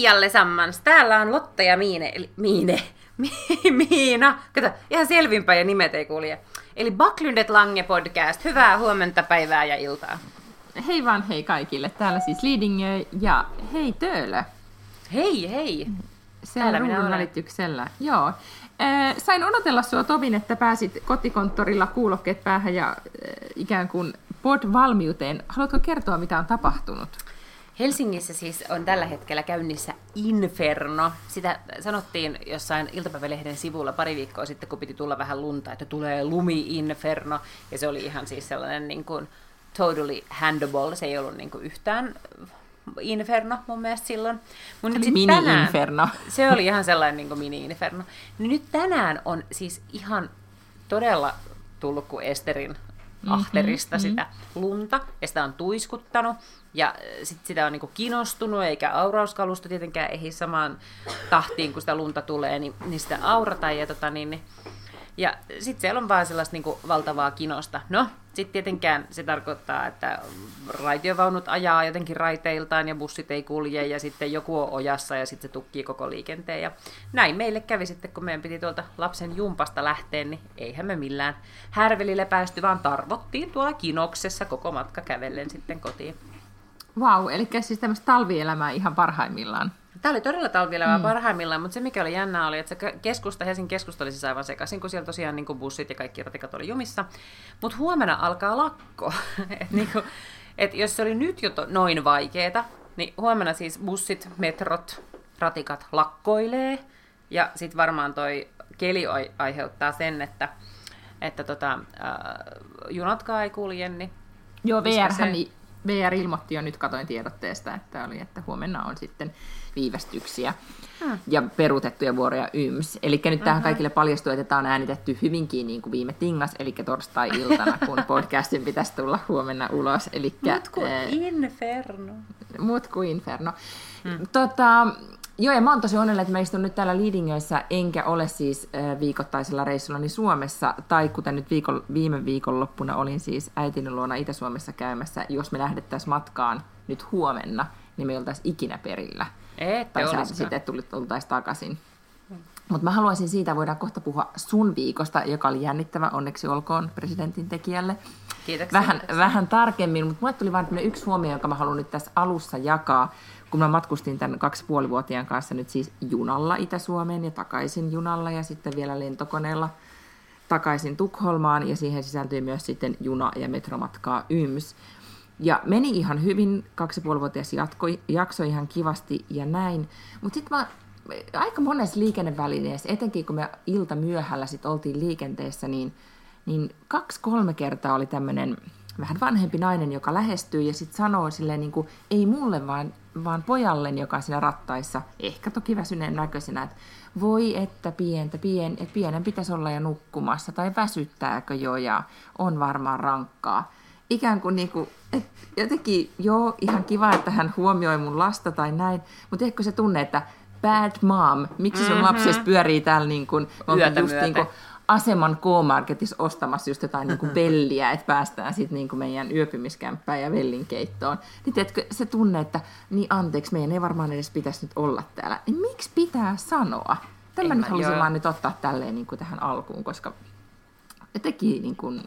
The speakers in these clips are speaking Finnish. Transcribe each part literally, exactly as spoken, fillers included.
allesammans. Täällä on Lotta ja Miine, eli Miine, Miina. Kato, ihan selvinpäin ja nimet ei kulje. Eli Backlundet Lange podcast. Hyvää huomenta, päivää ja iltaa. Hei vaan hei kaikille. Täällä siis Lidingö ja hei Töölö. Hei hei. Siellä ruudun välityksellä. Joo. Äh, sain odotella sua, Tovin, että pääsit kotikonttorilla kuulokkeet päähän ja äh, ikään kuin pod-valmiuteen. Haluatko kertoa, mitä on tapahtunut? Helsingissä siis on tällä hetkellä käynnissä Inferno. Sitä sanottiin jossain iltapäivälehden sivulla pari viikkoa sitten, kun piti tulla vähän lunta, että tulee lumi-inferno. Ja se oli ihan siis sellainen niin kuin totally handable. Se ei ollut niin kuin yhtään inferno mun mielestä silloin. Mut nyt mini-inferno. Se oli ihan sellainen niin kuin mini-inferno. Niin nyt tänään on siis ihan todella tullut kuin Esterin ahterista mm-hmm, sitä lunta, ja sitä on tuiskuttanut, ja sit sitä on niinku kiinnostunut, eikä aurauskalusto tietenkään ehdi samaan tahtiin, kun sitä lunta tulee, niin, niin sitä aurata, ja, tota, niin, niin, ja sitten siellä on vaan sellaista niinku valtavaa kinosta. No, sitten tietenkään se tarkoittaa, että raitiovaunut ajaa jotenkin raiteiltaan, ja bussit ei kulje, ja sitten joku on ojassa, ja sitten se tukkii koko liikenteen, ja näin meille kävi sitten, kun meidän piti tuolta lapsen jumpasta lähteä, niin eihän me millään härvelille päästy, vaan tarvottiin tuolla kinoksessa koko matka kävellen sitten kotiin. Vau, wow, eli siis tämmöistä talvielämää ihan parhaimmillaan. Tämä oli todella talvielämää mm. parhaimmillaan, mutta se mikä oli jännää oli, että se keskusta, Helsingin keskusta oli siis aivan sekaisin, kun siellä tosiaan niin kuin bussit ja kaikki ratikat oli jumissa. Mutta huomenna alkaa lakko. et niin kuin, et jos se oli nyt jo to, noin vaikeeta, niin huomenna siis bussit, metrot, ratikat lakkoilee. Ja sitten varmaan toi keli aiheuttaa sen, että, että tota, äh, junatkaan ei kulje. Niin joo, V R hän... V R ilmoitti jo, nyt katoin tiedotteesta, että oli, että huomenna on sitten viivästyksiä hmm. ja peruutettuja vuoroja yms. Eli nyt tähän kaikille paljastuu, että tämä on äänitetty hyvinkin niin kuin viime tingas, eli torstai-iltana, kun podcastin pitäisi tulla huomenna ulos. Elikkä, mut kuin äh, Inferno. Mut kuin Inferno. Hmm. Tota, joo, ja mä oon tosi onnellinen, että mä istun nyt täällä Lidingössä, enkä ole siis äh, viikoittaisella reissullani Suomessa, tai kuten nyt viikon, viime viikonloppuna olin siis äitini luona Itä-Suomessa käymässä, jos me lähdettäisiin matkaan nyt huomenna, niin me ei oltaisi ikinä perillä. Ette tai sitten tultaisiin takaisin. Hmm. Mutta mä haluaisin siitä, voidaan kohta puhua sun viikosta, joka oli jännittävä, onneksi olkoon presidentin tekijälle. Kiitoksia. Vähän, vähän tarkemmin, mutta mulle tuli vain yksi huomio, jonka mä haluan nyt tässä alussa jakaa. Kun mä matkustin tämän kaksipuolivuotiaan kanssa nyt siis junalla Itä-Suomeen ja takaisin junalla ja sitten vielä lentokoneella takaisin Tukholmaan ja siihen sisältyi myös sitten juna- ja metromatkaa yms. Ja meni ihan hyvin, kaksipuolivuotias jatkoi, jaksoi ihan kivasti ja näin, mutta sitten mä aika monessa liikennevälineessä, etenkin kun me ilta myöhällä sitten oltiin liikenteessä, niin, niin kaksi-kolme kertaa oli tämmöinen vähän vanhempi nainen, joka lähestyy ja sitten sanoo silleen niin kuin, ei mulle vaan, vaan pojallen, joka on siinä rattaissa, ehkä toki väsyneen näköisenä, että voi että pientä, pien, että pienen pitäisi olla jo nukkumassa tai väsyttääkö jo ja on varmaan rankkaa. Ikään kuin, niin kuin että jotenkin joo, ihan kiva, että hän huomioi mun lasta tai näin, mutta ehkä se tunne, että bad mom, miksi sun mm-hmm. lapsesi pyörii täällä niin kuin, yötä just niin kuin Aseman K-Marketissa ostamassa just jotain niin kuin velliä, että päästään sitten niin kuin meidän yöpymiskämppään ja vellinkeittoon. Niin tiedätkö, se tunne, että niin anteeksi, meidän ei varmaan edes pitäisi nyt olla täällä. Niin miksi pitää sanoa? Tämä nyt halusin vaan nyt ottaa tälleen niin kuin tähän alkuun, koska jotenkin niin kuin,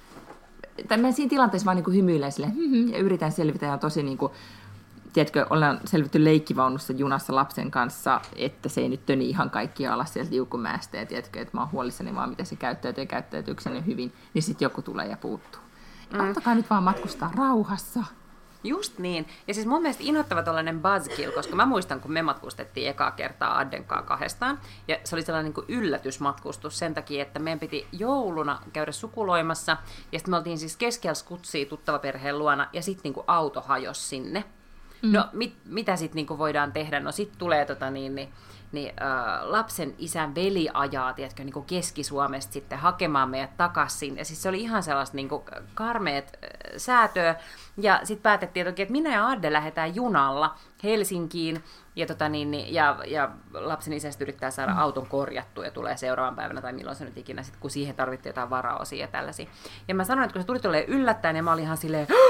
mä siinä tilanteessa vaan niin kuin hymyilen silleen, ja yritän selvitä ja tosi niin kuin, tiedätkö, ollaan selvitty leikkivaunussa junassa lapsen kanssa, että se ei nyt töni ihan kaikkia alas sieltä liukumäestä, ja tiedätkö, että mä oon huolissani vaan, miten se käyttäytyy ja käyttäytyykseni hyvin, niin sitten joku tulee ja puuttuu. Mm. Antakaa nyt vaan matkustaa rauhassa. Just niin. Ja siis mun mielestä inhottava tollainen buzzkill, koska mä muistan, kun me matkustettiin ekaa kertaa Addenkaan kahdestaan, ja se oli sellainen niin kuin yllätysmatkustus sen takia, että meidän piti jouluna käydä sukuloimassa, ja sitten me oltiin siis keskellä skutsia tuttavaperheen luona, ja sitten niin kuin auto hajosi sinne. Mm. No, mit, mitä sitten niinku voidaan tehdä? No sitten tulee tota, niin, niin, niin, äh, lapsen isän veli ajaa, tiedätkö, niinku Keski-Suomesta sitten hakemaan meidät takaisin. Ja siis se oli ihan sellaista niinku karmeet äh, säätöä. Ja sitten päätettiin, että, että minä ja Adde lähdetään junalla Helsinkiin. Ja, tota, niin, niin, ja, ja lapsen isästä yrittää saada auton korjattua ja tulee seuraavan päivänä tai milloin se nyt ikinä, sit, kun siihen tarvittiin jotain varaosia ja tällaisia. Ja mä sanoin, että kun se tuli tolleen yllättäen, ja mä olin ihan silleen,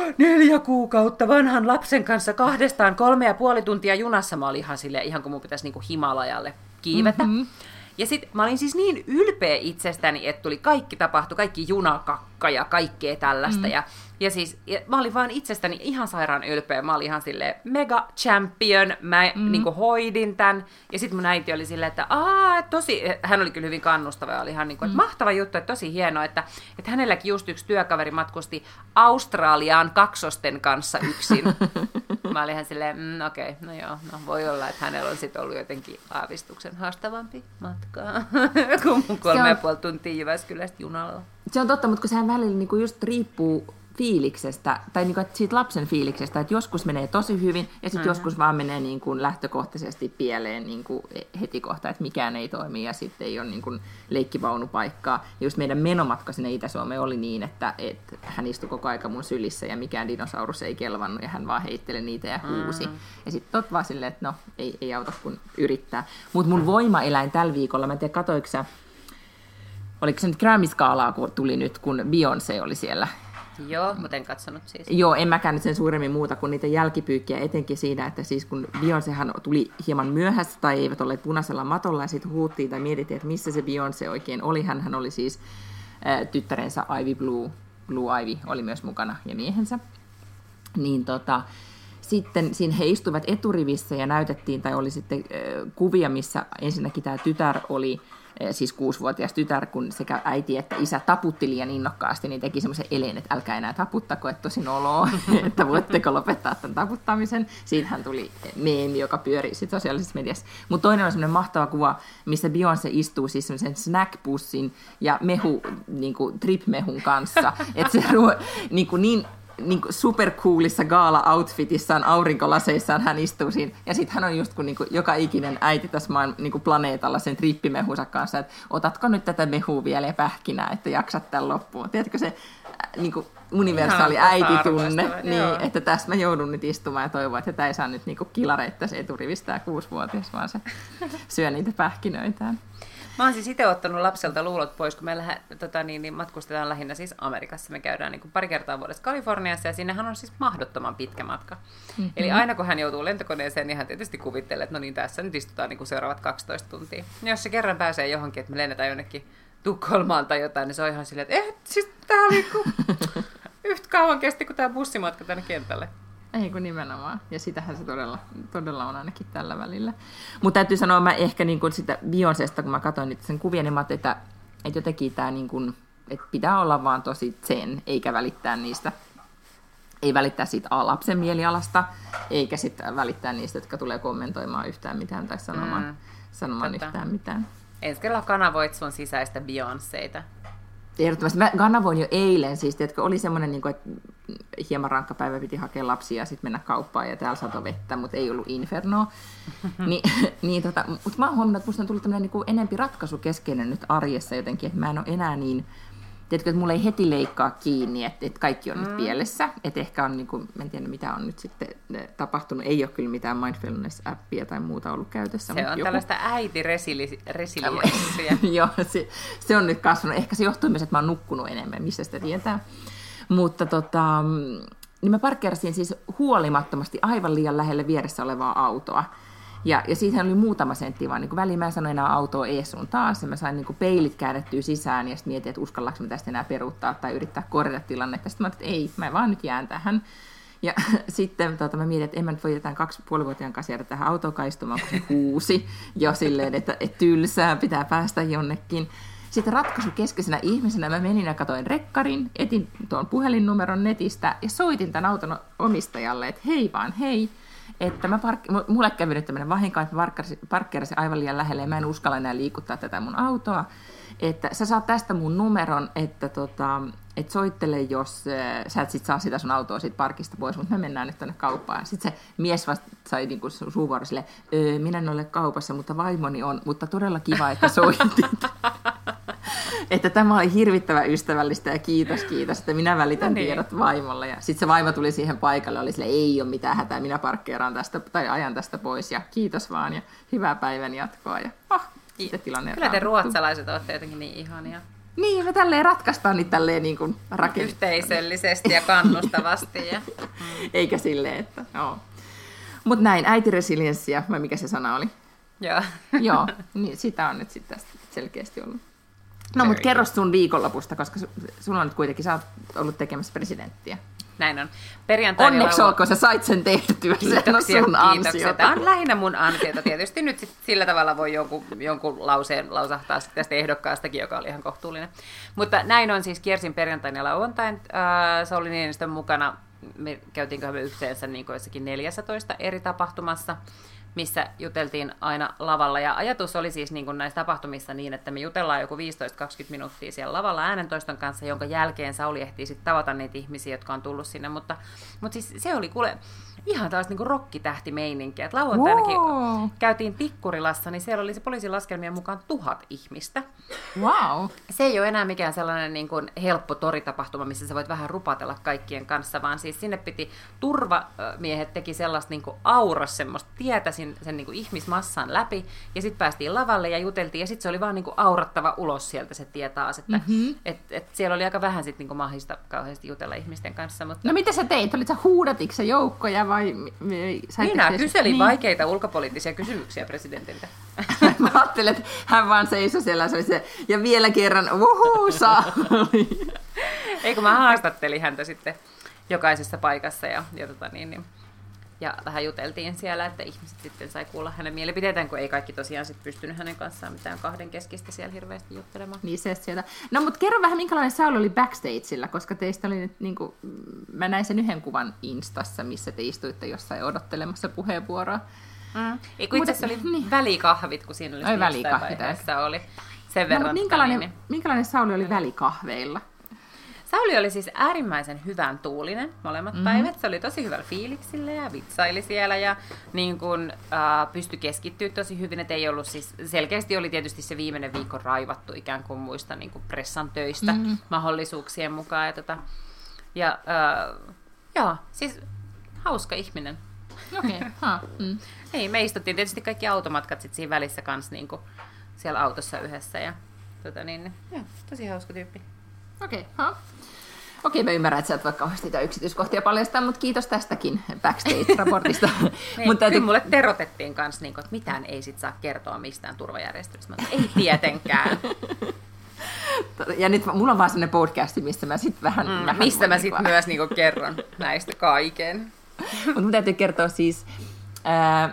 neljä kuukautta vanhan lapsen kanssa kahdestaan kolme ja puoli tuntia junassa. Mä olin ihan silleen, ihan kun mun pitäisi niinku Himalajalle kiivetä. Mm-hmm. Ja sit mä olin siis niin ylpeä itsestäni, että tuli kaikki tapahtui, kaikki junakakka ja kaikkea tällaista. Mm. Ja, ja siis ja mä olin vaan itsestäni ihan sairaan ylpeä. Mä olin ihan silleen mega champion, mä mm. niinku hoidin tän. Ja sit mun äiti oli silleen, että aah, tosi, hän oli kyllä hyvin kannustava ja oli ihan niinku, että mm. mahtava juttu, että tosi hienoa, että, että hänelläkin just yksi työkaveri matkusti Australiaan kaksosten kanssa yksin. Mä olin ihan silleen, mm, okei, okay, no joo, no voi olla, että hänellä on sit ollut jotenkin aavistuksen haastavampi matkaa, kuin mun kolme on, ja puoli tuntia Jyväskylästä junalla. Se on totta, mutta kun sehän välillä niinku just riippuu fiiliksestä, tai niinku, että siitä lapsen fiiliksestä, että joskus menee tosi hyvin, ja sitten mm-hmm. joskus vaan menee niinku lähtökohtaisesti pieleen niinku heti kohta, että mikään ei toimi, ja sitten ei ole niinku leikkivaunupaikkaa. Ja just meidän menomatka sinne Itä-Suomeen oli niin, että et hän istui koko aika mun sylissä, ja mikään dinosaurus ei kelvannut, ja hän vaan heitteli niitä ja huusi. Mm-hmm. Ja sitten tot vaan silleen, että no, ei, ei auta kun yrittää. Mutta mun voimaeläin tällä viikolla, mä en tiedä, katoiko sä, oliko se nyt Grammy-skaalaa, kun tuli nyt, kun Beyoncé oli siellä? Joo, mutta en katsonut siis. Joo, en mäkään nyt sen suuremmin muuta kuin niitä jälkipyykkiä, etenkin siinä, että siis kun Beyoncéhan tuli hieman myöhässä tai eivät olleet punaisella matolla ja sitten huuttiin tai mietittiin, että missä se Beyoncé oikein oli. Hänhän oli siis äh, tyttärensä Ivy Blue, Blue Ivy oli myös mukana ja miehensä. Niin tota, sitten siinä he istuivat eturivissä ja näytettiin, tai oli sitten äh, kuvia, missä ensinnäkin tämä tytär oli, siis kuusivuotias tytär, kun sekä äiti että isä taputti liian innokkaasti, niin teki semmoisen eleen, että älkää enää taputtako, että tosi noloa, että voitteko lopettaa tämän taputtamisen. Siitähän tuli meemi, joka pyöri sitten sosiaalisessa mediassa. Mutta toinen on semmoinen mahtava kuva, missä Beyoncé istuu siis semmoisen snackpussin ja mehu, niin kuin trip-mehun kanssa. Että se niin, kuin niin niin supercoolissa gaala-outfitissaan, aurinkolaseissaan hän istuu siinä. Ja sitten hän on just kuin, niin kuin joka ikinen äiti tässä maan niin kuin planeetalla sen trippimehunsa kanssa, että otatko nyt tätä mehua vielä ja pähkinää, että jaksat tämän loppuun. Tiedätkö se niin kuin universaali äititunne, niin, että tässä mä joudun nyt istumaan ja toivon, että tämä ei saa nyt niin kuin kilareittaa se eturivistä tämä kuusivuotias, vaan se syö niitä pähkinöitään. Mä oon siis itse ottanut lapselta luulot pois, kun me lähe, tota, niin, niin matkustetaan lähinnä siis Amerikassa. Me käydään niin kuin pari kertaa vuodessa Kaliforniassa ja sinnehän on siis mahdottoman pitkä matka. Mm-hmm. Eli aina kun hän joutuu lentokoneeseen, niin hän tietysti kuvittelee, että no niin, tässä nyt istutaan niin kuin seuraavat kaksitoista tuntia. Ja jos se kerran pääsee johonkin, että me lennetään jonnekin Tukholmaan tai jotain, niin se on ihan silleen, että eh, siis tää oli yhtä kauan kesti kuin tämä bussimatka tänne kentälle. Ei kun nimenomaan. Ja sitähän se todella, todella on ainakin tällä välillä. Mutta täytyy sanoa, mä ehkä niin kuin sitä Beyoncésta, kun mä katsoin nyt sen kuvia, niin mä ajattelin, että, että jotenkin tämä niin kuin, että pitää olla vaan tosi zen, eikä välittää niistä, ei välittää siitä lapsen mielialasta, eikä sitten välittää niistä, jotka tulee kommentoimaan yhtään mitään tai sanomaan, mm, sanomaan yhtään mitään. Ensi kerralla kanavoit sun sisäistä Beyoncéta. Ehdottomasti. Mä kanavoin jo eilen, siis tiedätkö, oli semmoinen, niin kuin, että hieman rankka päivä piti hakea lapsia ja sitten mennä kauppaan ja täällä sato vettä, mutta ei ollut infernoa. Ni, niin, tota, mutta mä oon huomannut, että musta on tullut tämmöinen niin enempi ratkaisukeskeinen nyt arjessa jotenkin, että mä en ole enää niin, tiedätkö, että mulla ei heti leikkaa kiinni, että, että kaikki on mm. nyt pielessä. Että ehkä on, niin kuin, en tiedä mitä on nyt sitten tapahtunut, ei ole kyllä mitään mindfulness-appia tai muuta ollut käytössä. Se on joku tällaista äiti-resilienssiä. Joo, se, se on nyt kasvanut. Ehkä se johtuu myös, että mä oon nukkunut enemmän, missä sitä tietää. Mutta tota, niin mä parkkeerasin siis huolimattomasti aivan liian lähelle vieressä olevaa autoa. Ja, ja siitähän oli muutama sentti vaan. Niin väliin mä en sano enää autoa ees sun taas. Ja mä sain niin peilit käännettyä sisään ja sitten mietin, että uskallaanko mä tästä enää peruuttaa tai yrittää korjata tilannetta. Sitten mä ajattelin, että ei, mä vaan nyt jään tähän. Ja sitten tota, mä mietin, että en mä nyt voi jätään kaksi puolivuotiaan kanssa jäädä tähän autoon kaistumaan, kun se huusi jo silleen, että, että tylsää, pitää päästä jonnekin. Sitten ratkaisu keskeisenä ihmisenä mä menin ja katsoin rekkarin, etin tuon puhelinnumeron netistä ja soitin tämän auton omistajalle, että hei vaan, hei. Että mä park- mulle kävi nyt tämmöinen vahinko, että mä parkkeerasin aivan liian lähelle ja mä en uskalla enää liikuttaa tätä mun autoa. Että sä saat tästä mun numeron, että tota, et soittele, jos äh, sä et sit saa sitä sun autoa siitä parkista pois, mutta me mennään nyt tonne kauppaan. Sitten se mies vasta sai niinku suuvuoro silleen, öö, minä en ole kaupassa, mutta vaimoni on, mutta todella kiva, että soitit. Että tämä oli hirvittävän ystävällistä ja kiitos, kiitos, että minä välitän no niin. tiedot vaimolle. Ja sitten se vaimo tuli siihen paikalle, oli silleen, ei ole mitään hätää, minä parkkeeraan tästä tai ajan tästä pois ja kiitos vaan ja hyvää päivän jatkoa. Ja oh, se tilanne kyllä te ruotsalaiset olette jotenkin niin ihania. Niin, me tälleen ratkaistaan niitä tälleen niin kuin rakennetaan. Yhteisöllisesti ja kannustavasti. Ja... Eikä silleen, että joo. Mutta näin, äitiresilienssiä, vai mikä se sana oli? Joo. Joo, niin sitä on nyt sitten tästä selkeästi ollut. No, mutta kerro sun viikonlopusta, koska sulla on nyt kuitenkin, sä oot ollut tekemässä presidenttiä. Näin on. Perjantaina onneksi laulo... olkoon, sä sait sen tehtyä. Kiitoksia, se on sun kiitoksia. Tämä on lähinnä mun ansiota. Tietysti nyt sit sillä tavalla voi jonkun, jonkun lauseen lausahtaa tästä ehdokkaastakin, joka oli ihan kohtuullinen. Mutta näin on siis, kiersin perjantaina ja lauantain äh, Sauli Niinistön mukana. Me käytiinköhän me yhteensä niin jossakin neljätoista eri tapahtumassa, missä juteltiin aina lavalla. Ja ajatus oli siis niin kuin näissä tapahtumissa niin, että me jutellaan joku viisitoista kaksikymmentä minuuttia siellä lavalla äänentoiston kanssa, jonka jälkeen Sauli ehtii sitten tavata niitä ihmisiä, jotka on tullut sinne. Mutta, mutta siis se oli kuule ihan taas niin kuin rokkitähtimeininkiä. Että lauantainakin wow. käytiin Tikkurilassa, niin siellä oli se poliisin laskelmien mukaan tuhat ihmistä. Wow. Se ei ole enää mikään sellainen niin kuin helppo toritapahtuma, missä sä voit vähän rupatella kaikkien kanssa, vaan siis sinne piti turvamiehet teki sellaista niin kuin auras semmoista tietä sen, sen niin kuin ihmismassan läpi, ja sitten päästiin lavalle ja juteltiin, ja sitten se oli vaan niin kuin aurattava ulos sieltä se tie taas, että mm-hmm. et, et siellä oli aika vähän sitten niin kuin mahdollista kauheasti jutella ihmisten kanssa. Mutta... No mitä sä teit? Olit sä huudatitko sä joukkoja vai... Minä kyselin niin. vaikeita ulkopoliittisia kysymyksiä presidentiltä. Mä ajattelin, että hän vaan seisoi siellä se, ja vielä kerran, wuhuu, Sauli. Ei kun mä haastattelin häntä sitten jokaisessa paikassa ja, ja, tota niin, niin, ja vähän juteltiin siellä, että ihmiset sitten sai kuulla hänen mielipiteitään, kun ei kaikki tosiaan sit pystynyt hänen kanssaan mitään kahden keskistä siellä hirveästi juttelemaan. Niin se sieltä. No mutta kerro vähän, minkälainen Sauli oli backstageilla, koska teistä oli nyt, niin kuin, mä näin sen yhden kuvan Instassa, missä te istuitte jossain odottelemassa puheenvuoroa. Mm. Ei, kun itse asiassa oli niin. välikahvit, kun siinä oli Ai, välikahvit, oli sen verran. No, minkälainen, niin. minkälainen Sauli oli välikahveilla? Sauli oli siis äärimmäisen hyvän tuulinen molemmat mm-hmm. päivät. Se oli tosi hyvällä fiiliksillä ja vitsaili siellä ja niin kun, äh, pystyi keskittyä tosi hyvin. Et ei ollut siis, selkeästi oli tietysti se viimeinen viikko raivattu ikään kuin muista niin kuin pressan töistä mm-hmm. mahdollisuuksien mukaan. Ja, tota, ja äh, joo, siis hauska ihminen. Okei, okay. mm. Ei, me istuttiin tietysti kaikki automatkat sit siinä välissä kanssa niin kuin siellä autossa yhdessä. Ja, tota niin, ja, tosi hauska tyyppi. Okei, okay. Okei, mä ymmärrän, että sä et vaikka kauheasti niitä yksityiskohtia paljastaa, mutta kiitos tästäkin backstage-raportista. niin, Mut täytyy... Mulle terotettiin kanssa, niin että mitään ei sit saa kertoa mistään turvajärjestelmästä. Ei tietenkään. Ja nyt mulla on vaan sellainen podcasti, missä mä sitten vähän... Mm, vähän mistä mä sitten myös niin kerron näistä kaiken. Mutta mun täytyy kertoa siis äh,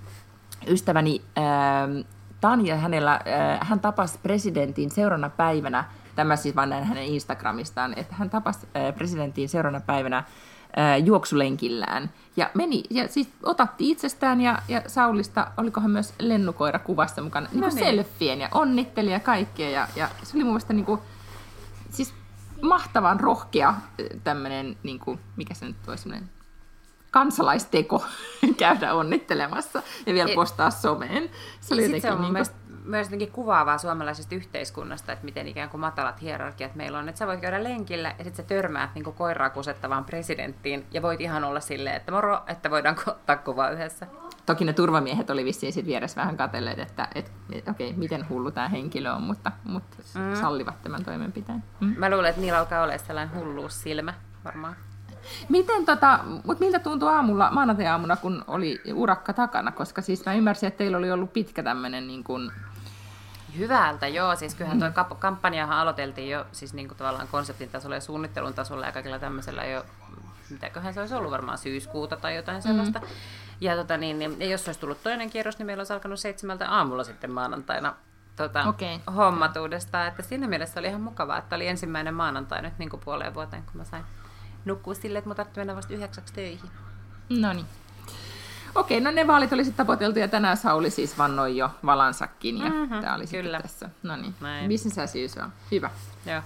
ystäväni äh, Tanja, hänellä, äh, hän tapasi presidentin seuraavana päivänä. Tämä siis vaan näin hänen Instagramistaan, että hän tapasi äh, presidentin seuraavana päivänä äh, juoksulenkillään. Ja meni, ja siis otatti itsestään ja, ja Saulista, olikohan myös lennukoira kuvassa mukana, no niin niin. selfien ja onnitteli ja kaikkea. Ja, ja se oli mun mielestä niin kuin, siis mahtavan rohkea tämmöinen, niin kuin, mikä se nyt olisi, semmoinen kansalaisteko käydä onnittelemassa ja vielä postaa someen. Se oli jotenkin se on mun niin mielestä myös jotenkin kuvaavaa suomalaisesta yhteiskunnasta, että miten ikään kuin matalat hierarkiat meillä on. Että sä voit käydä lenkillä ja sitten sä törmäät niin kuin koiraa kusettavaan presidenttiin ja voit ihan olla silleen, että moro, että voidaanko ottaa kuvaa yhdessä. Toki ne turvamiehet oli vissiin sit vieressä vähän katselleet, että et, et, okei, okay, miten hullu tämä henkilö on, mutta, mutta mm. sallivat tämän toimenpiteen. Mm. Mä luulen, että niillä alkaa olla sellainen hulluussilmä varmaan. Miten tota, mut miltä tuntui aamulla, maanantai-aamuna, kun oli urakka takana, koska siis mä ymmärsin, että teillä oli ollut pitkä tämmöinen niin kuin... Hyvältä, joo. Siis kyllähän tuo mm. kampanjahan aloiteltiin jo siis niin kuin tavallaan konseptin tasolla ja suunnittelun tasolla ja kaikilla tämmöisellä jo, mitäköhän se olisi ollut, varmaan syyskuuta tai jotain sellaista. Mm. Ja, tota, niin, niin, ja jos olisi tullut toinen kierros, niin meillä olisi alkanut seitsemältä aamulla sitten maanantaina tota, okay. hommat uudestaan. Että siinä mielessä oli ihan mukavaa, että oli ensimmäinen maanantai nyt niin kuin puoleen vuoteen, kun mä sain nukkuu silleen, että mun tarvitsi mennä vasta yhdeksäksi töihin. No niin. Okei, no ne vaalit oli sitten tapoteltu ja tänään Sauli siis vannoi jo valansakin ja mm-hmm, tämä oli kyllä. Sitten tässä. No niin, business as usual. Hyvä. Joo.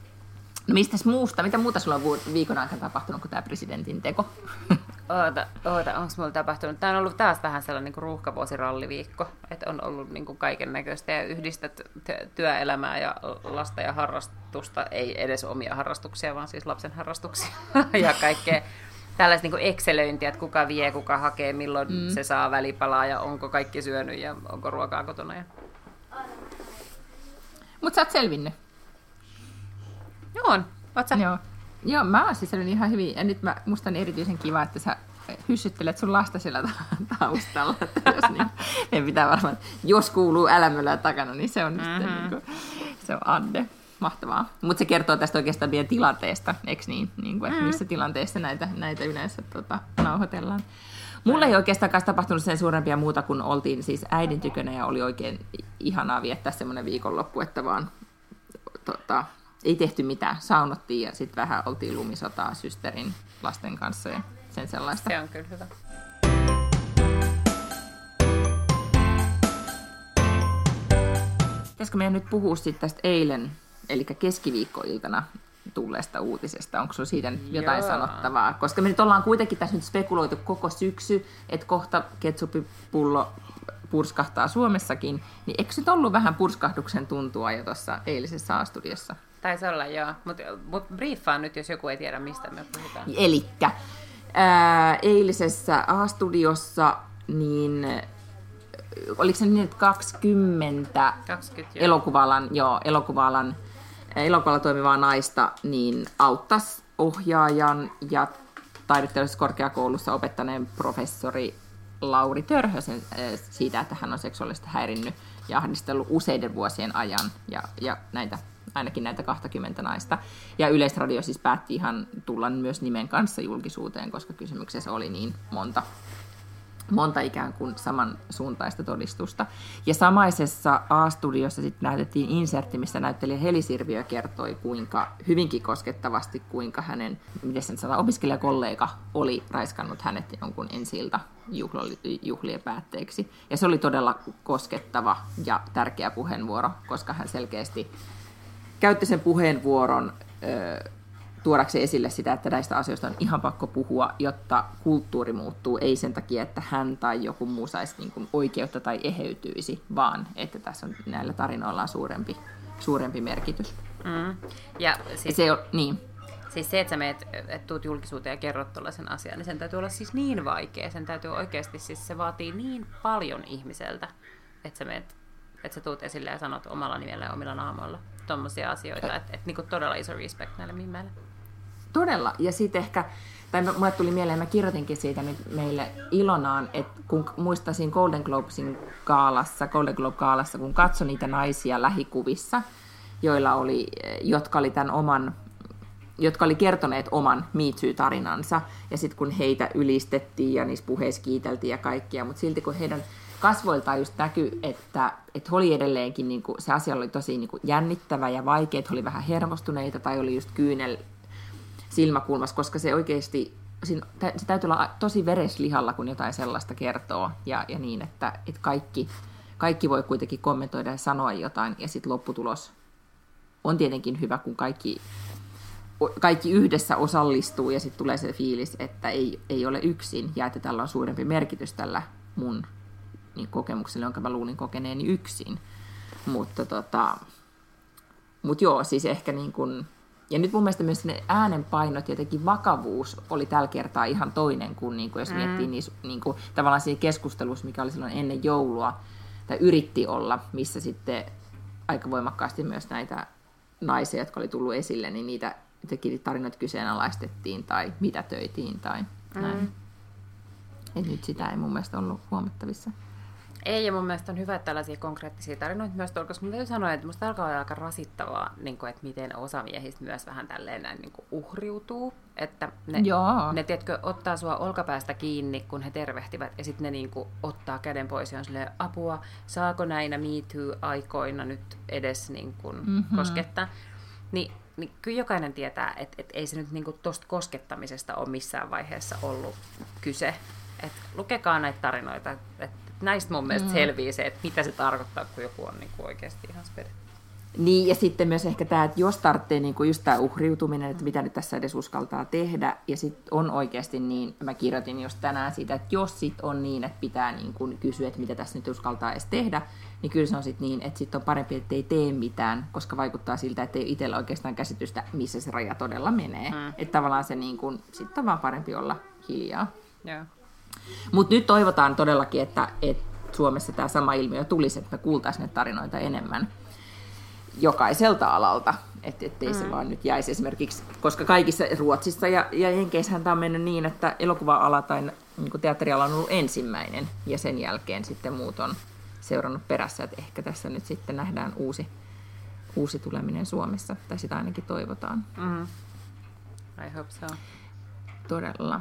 No mistäs muusta? Mitä muuta sulla on viikon aikana tapahtunut kuin tämä presidentin teko? Oota, oota onko mulla tapahtunut? Tämä on ollut taas vähän sellainen niin kuin ruuhkavuosiralliviikko, että on ollut niin kuin kaiken näköistä ja yhdistät työelämää ja lasta ja harrastusta, ei edes omia harrastuksia, vaan siis lapsen harrastuksia ja kaikkea tällaista niin kuin excelöintiä, että kuka vie, kuka hakee, milloin mm. se saa välipalaa ja onko kaikki syönyt ja onko ruokaa kotona. Ja... Mutta sä oot selvinnyt. On. Oot sä? Joo. Joo, mä oon siis ihan hyvin. Ja nyt mä, musta on erityisen kiva, että sä hyssyttelet sun lasta siellä taustalla. Että jos niin, meidän pitää varmaan, jos kuuluu älämölää takana, niin se on mm-hmm. sitten niin kuin, se on Adde. Mahtavaa. Mutta se kertoo tästä oikeastaan vielä tilanteesta, eikö niin? niin kuin, että mm. missä tilanteessa näitä, näitä yleensä tota, nauhoitellaan. Mulla ei oikeastaan tapahtunut sen suurempia muuta, kun oltiin siis äidin tykönä ja oli oikein ihanaa viettää semmoinen viikonloppu, että vaan tota, ei tehty mitään. Saunottiin ja sitten vähän oltiin lumisotaa systerin lasten kanssa ja sen sellaista. Se on kyllä hyvä. Pitäisikö meidän nyt puhua sitten tästä eilen, eli keskiviikkoiltana tulleesta uutisesta? Onko sinulla siitä nyt jotain Joo. sanottavaa? Koska me nyt ollaan kuitenkin tässä nyt spekuloitu koko syksy, että kohta ketsupipullo purskahtaa Suomessakin, niin eikö nyt ollut vähän purskahduksen tuntua jo tuossa eilisessä A-studiossa? Taisi olla, joo. Mutta mut briefaa nyt, jos joku ei tiedä, mistä me puhutaan. Elikkä ää, eilisessä A-studiossa, niin oliko se niin, että kaksikymmentä, kaksikymmentä elokuva-alan, joo, elokuva-alan, elokuvalla toimivaa naista niin auttaisi ohjaajan ja taideteollisessa korkeakoulussa opettaneen professori Lauri Törhösen siitä, että hän on seksuaalisesti häirinnyt ja ahdistellut useiden vuosien ajan ja, ja näitä, ainakin näitä kaksikymmentä naista. Ja Yleisradio siis päätti ihan tulla myös nimen kanssa julkisuuteen, koska kysymyksessä oli niin monta. monta ikään kuin samansuuntaista todistusta. Ja samaisessa A-studiossa sitten näytettiin insertti, missä näyttelijä Heli Sirviö kertoi, kuinka hyvinkin koskettavasti, kuinka hänen, miten sen sanotaan, opiskelijakollega oli raiskannut hänet jonkun ensi-ilta juhlien päätteeksi. Ja se oli todella koskettava ja tärkeä puheenvuoro, koska hän selkeästi käytti sen puheenvuoron öö, tuodakseen esille sitä, että näistä asioista on ihan pakko puhua, jotta kulttuuri muuttuu. Ei sen takia, että hän tai joku muu saisi niin kuin oikeutta tai eheytyisi, vaan että tässä on näillä tarinoilla on suurempi, suurempi merkitys. Mm. Ja siis, se on, niin. siis se, että sä meet, et tuut julkisuuteen ja kerrot tuollaisen asian, niin sen täytyy olla siis niin vaikea. Sen täytyy oikeasti, siis se vaatii niin paljon ihmiseltä, että sä meet, että sä tuut esille ja sanot omalla nimellä ja omilla naamoilla tommosia asioita. Että et, niin todella iso respect näille mimmeille. Todella. Ja sitten ehkä, tai mulle tuli mieleen, mä kirjoitinkin siitä nyt meille Ilonaan, että kun muistasin Golden Globesin gaalassa, Golden Globe-gaalassa, kun katsoin niitä naisia lähikuvissa, joilla oli, jotka oli tämän oman, jotka oli kertoneet oman Me Too-tarinansa, ja sitten kun heitä ylistettiin ja niissä puheissa kiiteltiin ja kaikkia, mutta silti kun heidän kasvoiltaan just näkyi, että, että he oli edelleenkin, niin kuin, se asia oli tosi niin kuin jännittävä ja vaikea, että he oli vähän hermostuneita tai oli just kyynel silmäkulmassa, koska se oikeasti, se täytyy olla tosi vereslihalla, kun jotain sellaista kertoo, ja, ja niin, että, että kaikki, kaikki voi kuitenkin kommentoida ja sanoa jotain, ja sitten lopputulos on tietenkin hyvä, kun kaikki, kaikki yhdessä osallistuu, ja sitten tulee se fiilis, että ei, ei ole yksin, ja että tällä on suurempi merkitys tällä mun niin kokemuksella, jonka mä luulin kokeneeni yksin. Mutta tota, mut joo, siis ehkä niin kuin, ja nyt mun mielestä myös ne äänenpainot, jotenkin vakavuus oli tällä kertaa ihan toinen kuin, niin kuin jos mm. miettii niin, niin kuin, tavallaan siinä keskustelussa, mikä oli silloin ennen joulua, tai yritti olla, missä sitten aika voimakkaasti myös näitä naisia, jotka oli tullut esille, niin niitä jotenkin tarinoita kyseenalaistettiin tai mitätöitiin tai mm. näin. Et nyt sitä ei mun mielestä ollut huomattavissa. Ei, ja mun mielestä on hyvä, että tällaisia konkreettisia tarinoita myös tuolla, koska mä täytyy sanoa, että musta alkaa olla aika rasittavaa, niin kuin, että miten osa miehistä myös vähän tälleen näin niin kuin uhriutuu. Että ne, ne tiedätkö, ottaa sua olkapäästä kiinni, kun he tervehtivät, ja sitten ne niin kuin, ottaa käden pois ja on silleen, apua, saako näinä Me Too-aikoina nyt edes niin kuin, mm-hmm. koskettaa. Ni, niin kyllä jokainen tietää, että, että ei se nyt niin kuin, tosta koskettamisesta ole missään vaiheessa ollut kyse. Että lukekaa näitä tarinoita, että näistä mun mielestä mm. selviää se, että mitä se tarkoittaa, kun joku on niin kuin oikeasti ihan spede. Niin, ja sitten myös ehkä tämä, että jos tarvitsee niin kuin just tämä uhriutuminen, että mitä nyt tässä edes uskaltaa tehdä, ja sitten on oikeasti niin, mä kirjoitin just tänään siitä, että jos sitten on niin, että pitää niin kuin kysyä, että mitä tässä nyt uskaltaa edes tehdä, niin kyllä se on sitten niin, että sitten on parempi, että ei tee mitään, koska vaikuttaa siltä, että ei itsellä oikeastaan käsitystä, missä se raja todella menee. Mm. Että tavallaan se niin kuin, sitten on vaan parempi olla hiljaa. Yeah. Mutta nyt toivotaan todellakin, että, että Suomessa tämä sama ilmiö tulisi, että me kuultaisiin näitä tarinoita enemmän jokaiselta alalta. että ettei mm. se Mm. vaan nyt jäisi esimerkiksi, koska kaikissa Ruotsissa ja, ja Jenkeissähän tämä on mennyt niin, että elokuva-ala tai niin teatteriala on ollut ensimmäinen ja sen jälkeen sitten muut on seurannut perässä, että ehkä tässä nyt sitten nähdään uusi, uusi tuleminen Suomessa, tai sitä ainakin toivotaan. Mm. I hope so. Todella.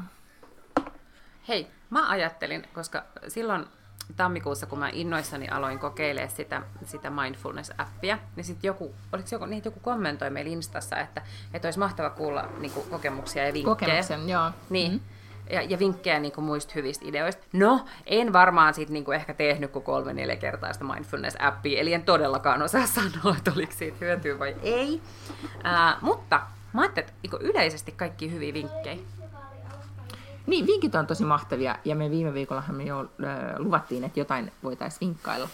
Hei, mä ajattelin, koska silloin tammikuussa, kun mä innoissani aloin kokeilemaan sitä, sitä mindfulness-appia, niin sitten joku, oliko joku, niin joku kommentoi meillä Instassa, että, että olisi mahtava kuulla niin kuin, kokemuksia ja vinkkejä. Kokemuksen, joo. Niin. Mm-hmm. Ja, ja vinkkejä niin kuin muista hyvistä ideoista. No, en varmaan sit niin kuin ehkä tehnyt kuin kolme neljä kertaa sitä mindfulness-appia, eli en todellakaan osaa sanoa, että oliko siitä hyötyä vai ei. Ää, mutta mä ajattelin, että niin yleisesti kaikki hyviä vinkkejä. Niin, vinkit on tosi mahtavia, ja me viime viikollahan me jo äh, luvattiin, että jotain voitaisiin vinkkailla.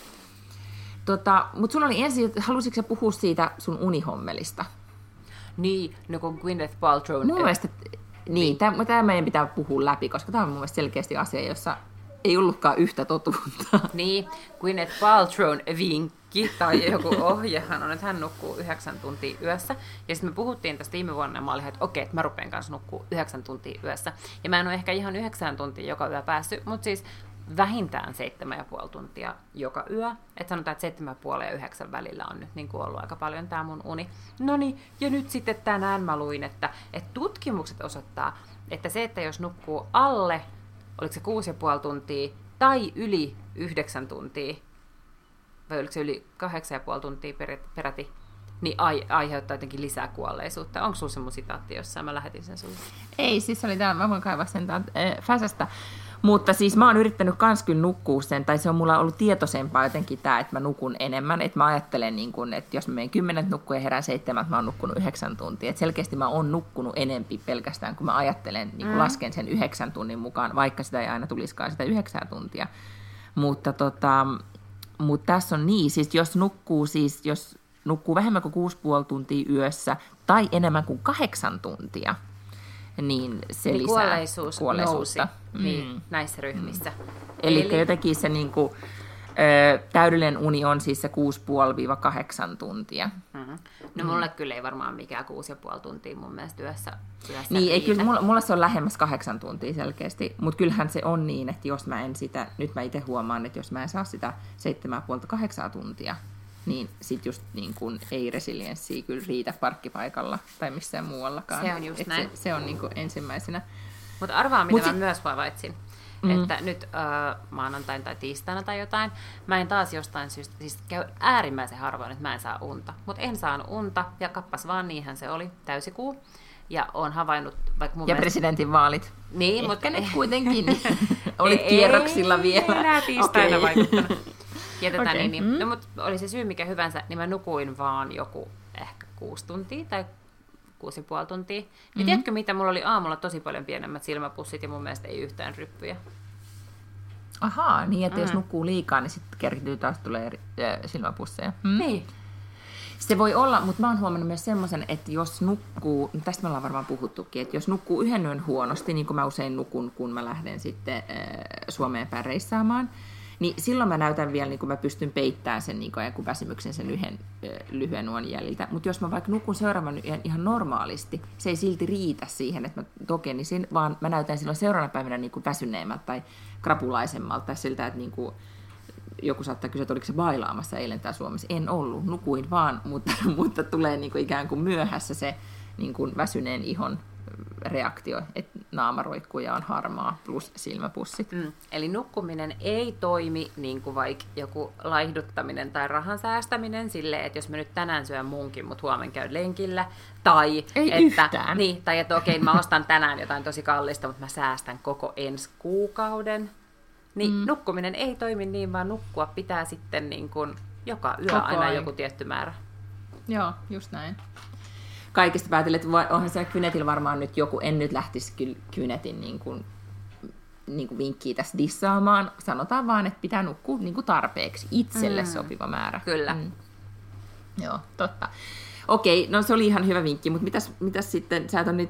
Tota, mutta sulla oli ensin, halusitko sä puhua siitä sun unihommelista? Niin, no kun Gwyneth Paltrow... Mun mielestä, niin, tämä meidän pitää puhua läpi, koska tämä on mun mielestä selkeästi asia, jossa ei ollutkaan yhtä totuutta. Niin, Gwyneth Paltrown vinkki tai joku ohjehan on, että hän nukkuu yhdeksän tuntia yössä. Ja sitten me puhuttiin tästä viime vuonna ja mä olin, että okei, että mä rupean kanssa nukkuu yhdeksän tuntia yössä. Ja mä en ole ehkä ihan yhdeksän tuntia joka yö päässyt, mutta siis vähintään seitsemän ja puoli tuntia joka yö. Että sanotaan, että seitsemän ja puoli ja yhdeksän välillä on nyt niin kuin ollut aika paljon tämä mun uni. No niin, ja nyt sitten tänään mä luin, että, että tutkimukset osoittaa, että se, että jos nukkuu alle, oliko se kuusi ja puoli tuntia tai yli yhdeksän tuntia, vai oliko se yli kahdeksan ja puoli tuntia peräti, niin ai, aiheuttaa jotenkin lisää kuolleisuutta. Onko sulla se mun sitaatti jossain? Mä lähetin sen sulle. Ei, siis oli täällä, mä voin kaivaa sen täältä äh, Fäsästä. Mutta siis mä oon yrittänyt kans kyllä nukkua sen, tai se on mulla ollut tietoisempaa jotenkin tää, että mä nukun enemmän. Että mä ajattelen, niin kun, että jos mä menen kymmenen nukkua ja herään seitsemän, mä oon nukkunut yhdeksän tuntia. Että selkeästi mä oon nukkunut enempi pelkästään, kun mä ajattelen, niin kun mm. lasken sen yhdeksän tunnin mukaan, vaikka sitä ei aina tulisikaan sitä yhdeksän tuntia. Mutta tota, mut tässä on niin, siis jos nukkuu, siis jos nukkuu vähemmän kuin kuusi puoli tuntia yössä, tai enemmän kuin kahdeksan tuntia, niin se Eli lisää kuolleisuus kuolleisuutta. Nousi, niin, mm. näissä ryhmissä. Mm. Eli, Eli jotenkin se niin kuin, ö, täydellinen uni on siis se kuusi pilkku viisi kahdeksan tuntia. Mm-hmm. No mulle mm. kyllä ei varmaan mikään kuusi pilkku viisi tuntia mun mielestä yössä, yössä Niin, ei, kyllä mulla, mulla se on lähemmäs kahdeksan tuntia selkeästi, mutta kyllähän se on niin, että jos mä en sitä, nyt mä itse huomaan, että jos mä en saa sitä seitsemän pilkku viisi kahdeksan tuntia, niin sit just niin kuin ei resilienssiä kyllä riitä parkkipaikalla tai missään muuallakaan. Se on just näin. Se, se on niin kuin ensimmäisenä. Mutta arvaa, mitä Mut mä sit... myös havaitsin. Mm. Että nyt äh, maanantain tai tiistaina tai jotain, mä en taas jostain syystä, siis käy äärimmäisen harvoin, että mä en saa unta. Mutta en saanut unta, ja kappas vaan, niinhän se oli, täysikuu. Ja oon havainnut, vaikka mun Ja mielestä... presidentin vaalit. Niin, Ehkä mutta... nyt kuitenkin olit kierroksilla ei, vielä. Ei enää tiistaina okay. vaikuttanut. Ja tätä, okay. niin, niin, mm. no, mutta oli se syy mikä hyvänsä, niin mä nukuin vaan joku ehkä kuusi tuntia tai kuusi ja puoli tuntia. Niin mm-hmm. tiedätkö mitä, mulla oli aamulla tosi paljon pienemmät silmäpussit ja mun mielestä ei yhtään ryppyjä. Ahaa, niin että mm. jos Mm-hmm. nukkuu liikaa, niin sitten kertyy taas tulee äh, silmäpusseja. Mm. Niin. Se voi olla, mutta mä oon huomannut myös semmoisen, että jos nukkuu, tästä me ollaan varmaan puhuttukin, että jos nukkuu yhden yön huonosti, niin kuin mä usein nukun, kun mä lähden sitten äh, Suomeen päin reissaamaan, niin silloin mä näytän vielä, niin kuin mä pystyn peittämään sen niin kuin väsymyksen sen yhden äh, lyhyen uon jäljiltä. Mutta jos mä vaikka nukun seuraavan yön ihan normaalisti, se ei silti riitä siihen, että mä tokenisin, vaan mä näytän silloin seuraavana päivänä niin kuin väsyneemmältä tai krapulaisemmalta tai siltä, että niin kuin joku saattaa kysyä, että oliko se bailaamassa eilen täällä Suomessa. En ollut, nukuin vaan, mutta, mutta tulee niin kuin ikään kuin myöhässä se niin kuin väsyneen ihon reaktio, että naama roikkuu ja on harmaa plus silmäpussit. Mm. Eli nukkuminen ei toimi niin kuin vaikka joku laihduttaminen tai rahan säästäminen silleen, että jos mä nyt tänään syön munkin, mutta huomenna käyn lenkillä. Tai ei että, yhtään. Niin, tai että okei, mä ostan tänään jotain tosi kallista, mutta mä säästän koko ensi kuukauden. Niin mm. nukkuminen ei toimi niin, vaan nukkua pitää sitten niin kuin joka yö koko aina ajan. joku tietty määrä. Joo, just näin. Kaikista päätellen, että onhan se Gwynethillä varmaan nyt joku, en nyt lähtisi kyllä Gwynethin niin kuin, niin kuin vinkkiä tässä dissaamaan. Sanotaan vaan, että pitää nukkua niin kuin tarpeeksi, itselle mm. sopiva määrä. Kyllä. Mm. Joo, totta. Okei, no se oli ihan hyvä vinkki, mutta mitäs, mitäs sitten, sä et ole nyt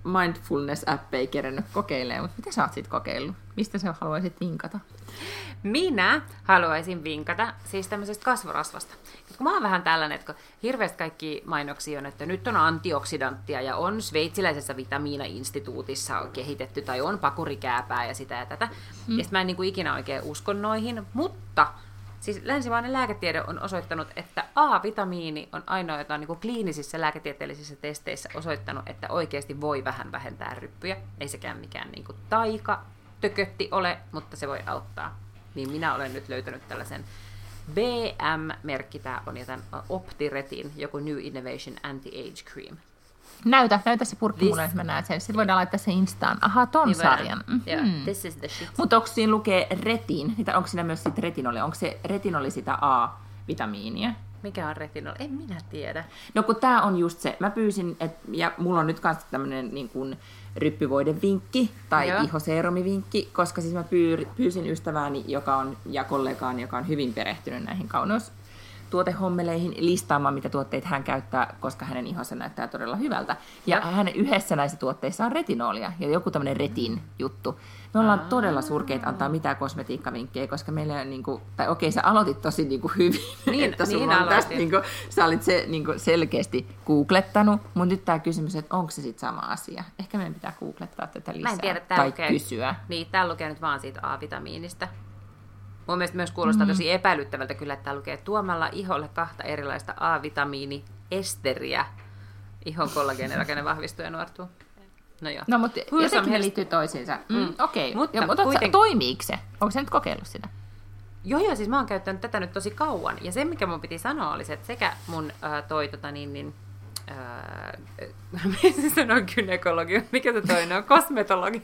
mindfulness-appeja kerennyt kokeilemaan, mutta mitä sä oot sit kokeillut? Mistä sä haluaisit vinkata? Minä haluaisin vinkata siis tämmöisestä kasvorasvasta. Kun mä oon vähän tällainen, että hirveästi kaikki mainoksia on, että nyt on antioksidanttia ja on sveitsiläisessä vitamiina-instituutissa on kehitetty tai on pakurikääpää ja sitä ja tätä. Mm. Ja sit mä en niin kuin ikinä oikein usko noihin, mutta siis länsimainen lääketiede on osoittanut, että A-vitamiini on ainoa, jota on niin kuin kliinisissä lääketieteellisissä testeissä osoittanut, että oikeasti voi vähän vähentää ryppyjä. Ei sekään mikään niin kuin taika tökötti ole, mutta se voi auttaa. Niin minä olen nyt löytänyt tällaisen B M-merkki, tämä on jotain Optiretin, joku New Innovation Anti-Age Cream. Näytä, näytä se purkki mulle, että mä näen sen. Sitten voidaan laittaa se Instaan. Aha, ton niin sarjan. Mm-hmm. Yeah, this is the shit. Mutta onko siinä lukee retin? Onko siinä myös sit retinoli? Onko se retinoli sitä A-vitamiinia? Mikä on retinoli? En minä tiedä. No kun tää on just se. Mä pyysin, et, ja mulla on nyt kans tämmönen niin kuin ryppyvoidevinkki tai Joo. ihoseerumivinkki, koska siis mä pyy, pyysin ystävääni joka on, ja kollegaani, joka on hyvin perehtynyt näihin kauneustuotehommeleihin, listaamaan, mitä tuotteita hän käyttää, koska hänen ihonsa näyttää todella hyvältä. Ja Joo. hänen yhdessä näissä tuotteissa on retinolia ja joku tämmöinen retin juttu. Me ollaan Aa. todella surkeita antaa mitään kosmetiikkavinkkejä, koska meillä on, niin kuin, tai okei, sä aloitit tosi niin kuin hyvin, niin, että sulla niin on tästä, niin kuin, sä olit se niin kuin selkeästi googlettanut, mutta nyt tämä kysymys, että onko se sitten sama asia? Ehkä meidän pitää googlettaa tätä lisää, Mä en tiedä, tai lukee, kysyä. Niin, täällä lukee nyt vaan siitä A-vitamiinista. Mun mielestä myös kuulostaa mm. tosi epäilyttävältä kyllä, että täällä lukee tuomalla iholle kahta erilaista A-vitamiini-esteriä. Ihon kollageenerakenne vahvistuu ja nuortuu. No joo. No, mutta jotenkin ne liittyy toisiinsa. Mm, mm. Okei, okay. mutta, mutta kuiten... toimiiko se? Onko se nyt kokeillut sitä? Joo, joo, siis mä oon käyttänyt tätä nyt tosi kauan. Ja se, mikä mun piti sanoa, oli se, että sekä mun äh, toi, tota niin, niin äh, mä sanon gynekologi, mikä se toinen on? Kosmetologi.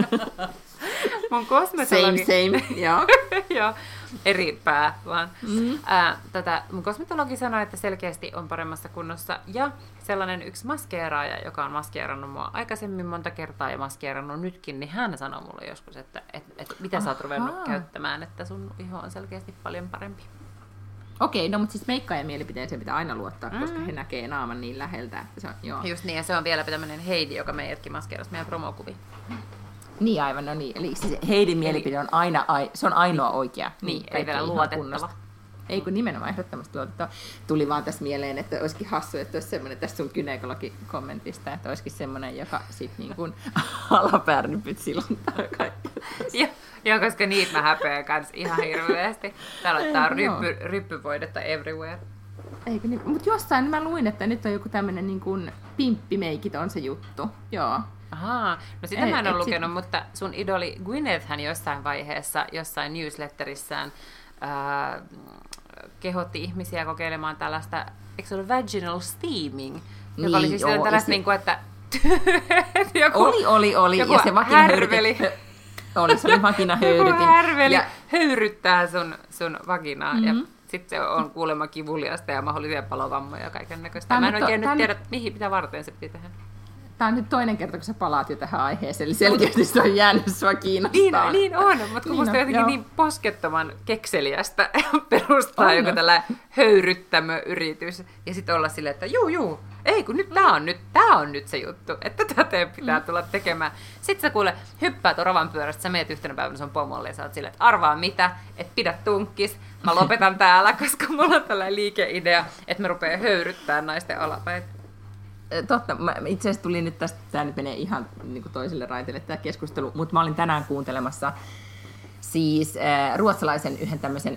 Mun kosmetologi... Same, same, joo. Joo, eri pää vaan. Mm. Ää, tätä, mun kosmetologi sanoi, että selkeästi on paremmassa kunnossa. Ja sellainen yksi maskeeraaja, joka on maskeerannut mua aikaisemmin monta kertaa ja maskeerannut nytkin, niin hän sanoi mulle joskus, että, että, että mitä Ahaa. sä oot ruvennut käyttämään, että sun iho on selkeästi paljon parempi. Okei, no mutta siis meikkaajan mielipiteeseen pitää aina luottaa, mm. koska he näkee naaman niin läheltä. Että se on, joo. Just niin, ja se on vielä tämmöinen Heidi, joka meidätkin maskeerasi meidän promokuviin. Niin aivan, no niin. Eli siis Heidin mielipide on aina, se on ainoa oikea. Niin, ei vielä luotettava. Ei kun nimenomaan ehdottomasti luotettava. Tuli vaan tässä mieleen, että olisikin hassu, että olisi semmoinen tästä sun gynekologikommentista, että olisikin semmoinen, joka sitten niin kuin alapäärypyt siluntaa kaikki. Joo, joo, koska niitä mä häpeän kanssa ihan hirveästi. Täällä on tää ryppy, ryppyvoidetta everywhere. Eikö niin? Mutta jossain mä luin, että nyt on joku tämmöinen niin kuin pimppimeikit on se juttu. Joo. Ahaa, no sitä ei, mä en ole lukenut, sit... mutta sun idoli Gwyneth hän jossain vaiheessa, jossain newsletterissään ää, kehotti ihmisiä kokeilemaan tällaista, eikö se ole vaginal steaming? Niin, joka oli siis joo, tällaista, se... niin kuin, että joku, oli, oli, oli. Joku ja se härveli. Oli, se oli vaginahöyrytin. Joku härveli ja... höyryttää sun, sun vaginaa mm-hmm. ja sitten se on kuulemma kivuliasta ja mahdollisia palovammoja ja kaiken näköistä. Mä en oikein to, nyt tiedä, mihin, mitä varten se pitää tehdä. Tämä on nyt toinen kerta, kun sä palaat jo tähän aiheeseen, eli selkeästi se on jäänyt sua kiinnostaa. Niin, niin on, mutta kun musta on jotenkin niin poskettoman kekseliästä perustaa on, joku tällainen höyryttämöyritys, ja sitten olla silleen, että juu, juu, ei kun nyt tää on nyt, tää on nyt se juttu, että tätä pitää mm. tulla tekemään. Sitten sä kuule, hyppäät oravan pyörästä, sä meet yhtenä päivänä sun pomolle ja sä oot silleen, että arvaa mitä, että pidä tunkkis, mä lopetan täällä, koska mulla on tällainen liikeidea, että mä rupean höyryttämään naisten alapäitä. Totta, mä itse asiassa tuli nyt tästä, tämä nyt menee ihan niin kuin toiselle raiteelle tämä keskustelu, mutta mä olin tänään kuuntelemassa siis äh, ruotsalaisen yhden tämmöisen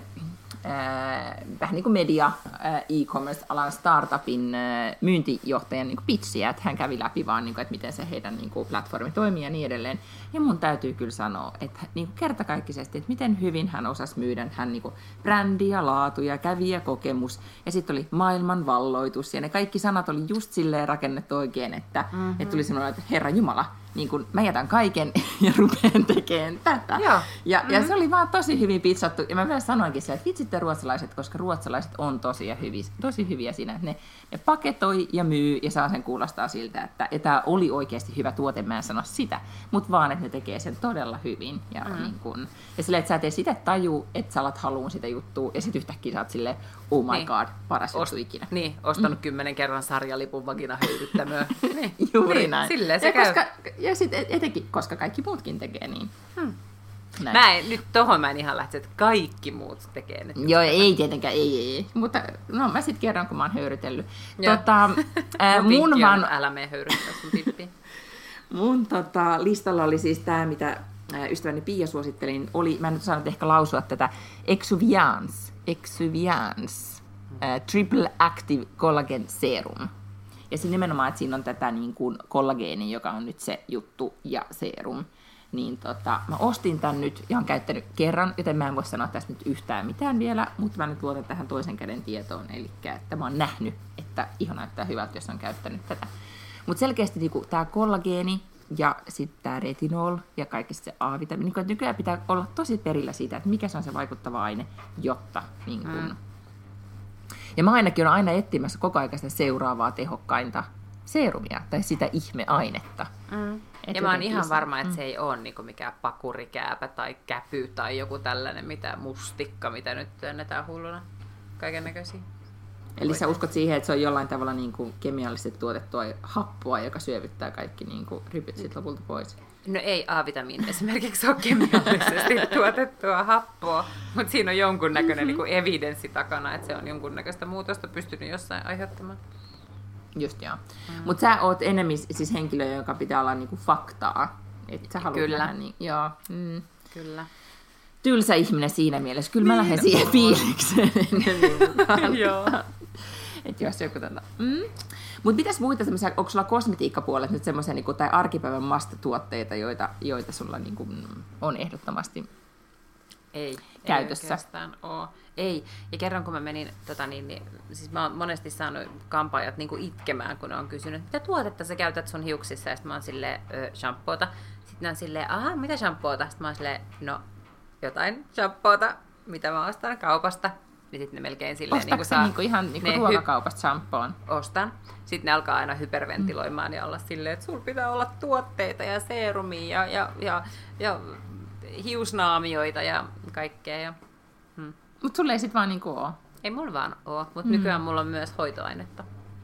äh, vähän niin kuin media, äh, e-commerce-alan startupin äh, myyntijohtajan niin kuin pitchiä, että hän kävi läpi vaan, niin kuin, että miten se heidän niin kuin platformi toimii ja niin edelleen. Ja mun täytyy kyllä sanoa, että niin kuin kertakaikkisesti, että miten hyvin hän osasi myydä, hän niin kuin brändi ja laatu ja kävijäkokemus ja sitten oli maailman valloitus ja ne kaikki sanat oli just silleen rakennettu oikein, että, mm-hmm. että tuli semmoinen, että Herra Jumala, niin kun, mä jätän kaiken ja rupean tekemään tätä. Joo. Ja, mm-hmm. ja se oli vaan tosi hyvin pizzattu. Ja mä myös sanoinkin sille, että vitsit te ruotsalaiset, koska ruotsalaiset on tosi hyviä, tosi hyviä siinä, että ne, ne paketoi ja myy ja saa sen kuulostaa siltä, että tämä oli oikeasti hyvä tuote, mä en sano sitä, mutta vaan, että ne tekee sen todella hyvin. Ja, mm-hmm. niin kun, ja silleen, että sä et edes itse taju, että sä alat haluun sitä juttua, ja sit yhtäkkiä sä oot silleen, oh my niin. god, paras juttu ikinä. Niin, ostanut mm. kymmenen kerran sarjalipun vaginahöyryttämöön. niin, Juuri niin, näin. Silleen se ja, käy. koska, ja sitten etenkin, koska kaikki muutkin tekee niin. Hmm. Mä en, nyt tohon mä en ihan lähtisi, että kaikki muut tekee nyt. Joo, ei tietenkään, ei, ei, ei. Mutta no mä sitten kerron, kun mä oon höyrytellyt. Tota, ää, mun vaan... Älä mene höyryttää sun tippiin. Mun tota, listalla oli siis tää, mitä ää, ystäväni Pia suosittelin, oli, mä en nyt saanut ehkä lausua tätä, Exuviance, Exuviance, ää, Triple Active Collagen Serum. Ja siinä nimenomaan, että siinä on tätä niin kuin kollageeni, joka on nyt se juttu, ja serum. Niin tota, mä ostin tän nyt ja olen käyttänyt kerran, joten mä en voi sanoa tästä nyt yhtään mitään vielä, mutta mä nyt luotan tähän toisen käden tietoon, eli että mä oon nähnyt, että ihan näyttää hyvältä, jos on käyttänyt tätä. Mutta selkeästi niin tämä kollageeni ja sitten tämä retinol ja kaikki se A-vitamiini, niin nykyään pitää olla tosi perillä siitä, että mikä se on se vaikuttava aine, jotta... Niin kun... mm. Ja mä ainakin olen aina etsimässä koko ajan sitä seuraavaa tehokkainta seerumia tai sitä ihmeainetta. Mm. Ja mä oon ihan varma, että mm. se ei ole niinku mikään pakurikääpä tai käpy tai joku tällainen mitä mustikka, mitä nyt työnnetään hulluna. Kaiken näköisiä. Eli sä uskot siihen, että se on jollain tavalla niin kuin kemiallisesti tuotettua happoa, joka syövyttää kaikki niin kuin rypyt sit lopulta pois? No ei A-vitamiini esimerkiksi ole kemiallisesti tuotettua happoa, mutta siinä on jonkunnäköinen mm-hmm. niin kuin evidenssi takana, että se on jonkunnäköistä muutosta pystynyt jossain aiheuttamaan. Just joo. Mm. Mutta sä oot enemmän siis henkilö, joka pitää olla niinku faktaa. Että sä haluat Kyllä. nähdä niin, joo. Mm. Kyllä. Tylsä ihminen siinä mielessä. Kyllä mä lähden siihen fiilikseen enemmän. Joo. Että jos joku tätä. Mm. Mutta mitäs muita semmoisia, onko sulla kosmetiikkapuolet nyt semmoisia niinku, tai arkipäivän must-tuotteita, joita, joita sulla niinku, on ehdottomasti ei, käytössä? Ei oikeastaan ole. Ei. Ja kerran kun mä menin, tota niin, niin, siis mä oon monesti saanut kampaajat niin kuin itkemään, kun ne on kysynyt, mitä tuotetta sä käytät sun hiuksissa, ja sitten mä oon silleen, ö, shampoota. Sitten ne on silleen, aha, mitä shampoota? Sitten mä oon silleen, no, jotain shampoota, mitä mä ostan kaupasta. Niin sitten ne melkein silleen Ostatko niin kuin saa... niinku ihan niinku ruokakaupasta shampoon? Ostan. Sitten ne alkaa aina hyperventiloimaan mm. ja olla silleen, että sulla pitää olla tuotteita ja seerumia ja, ja, ja, ja hiusnaamioita ja kaikkea. Ja, hmm. Mutta sulla ei sit vaan niinku oo? Ei mulla vaan oo, mutta mm. nykyään mulla on myös hoitoainetta.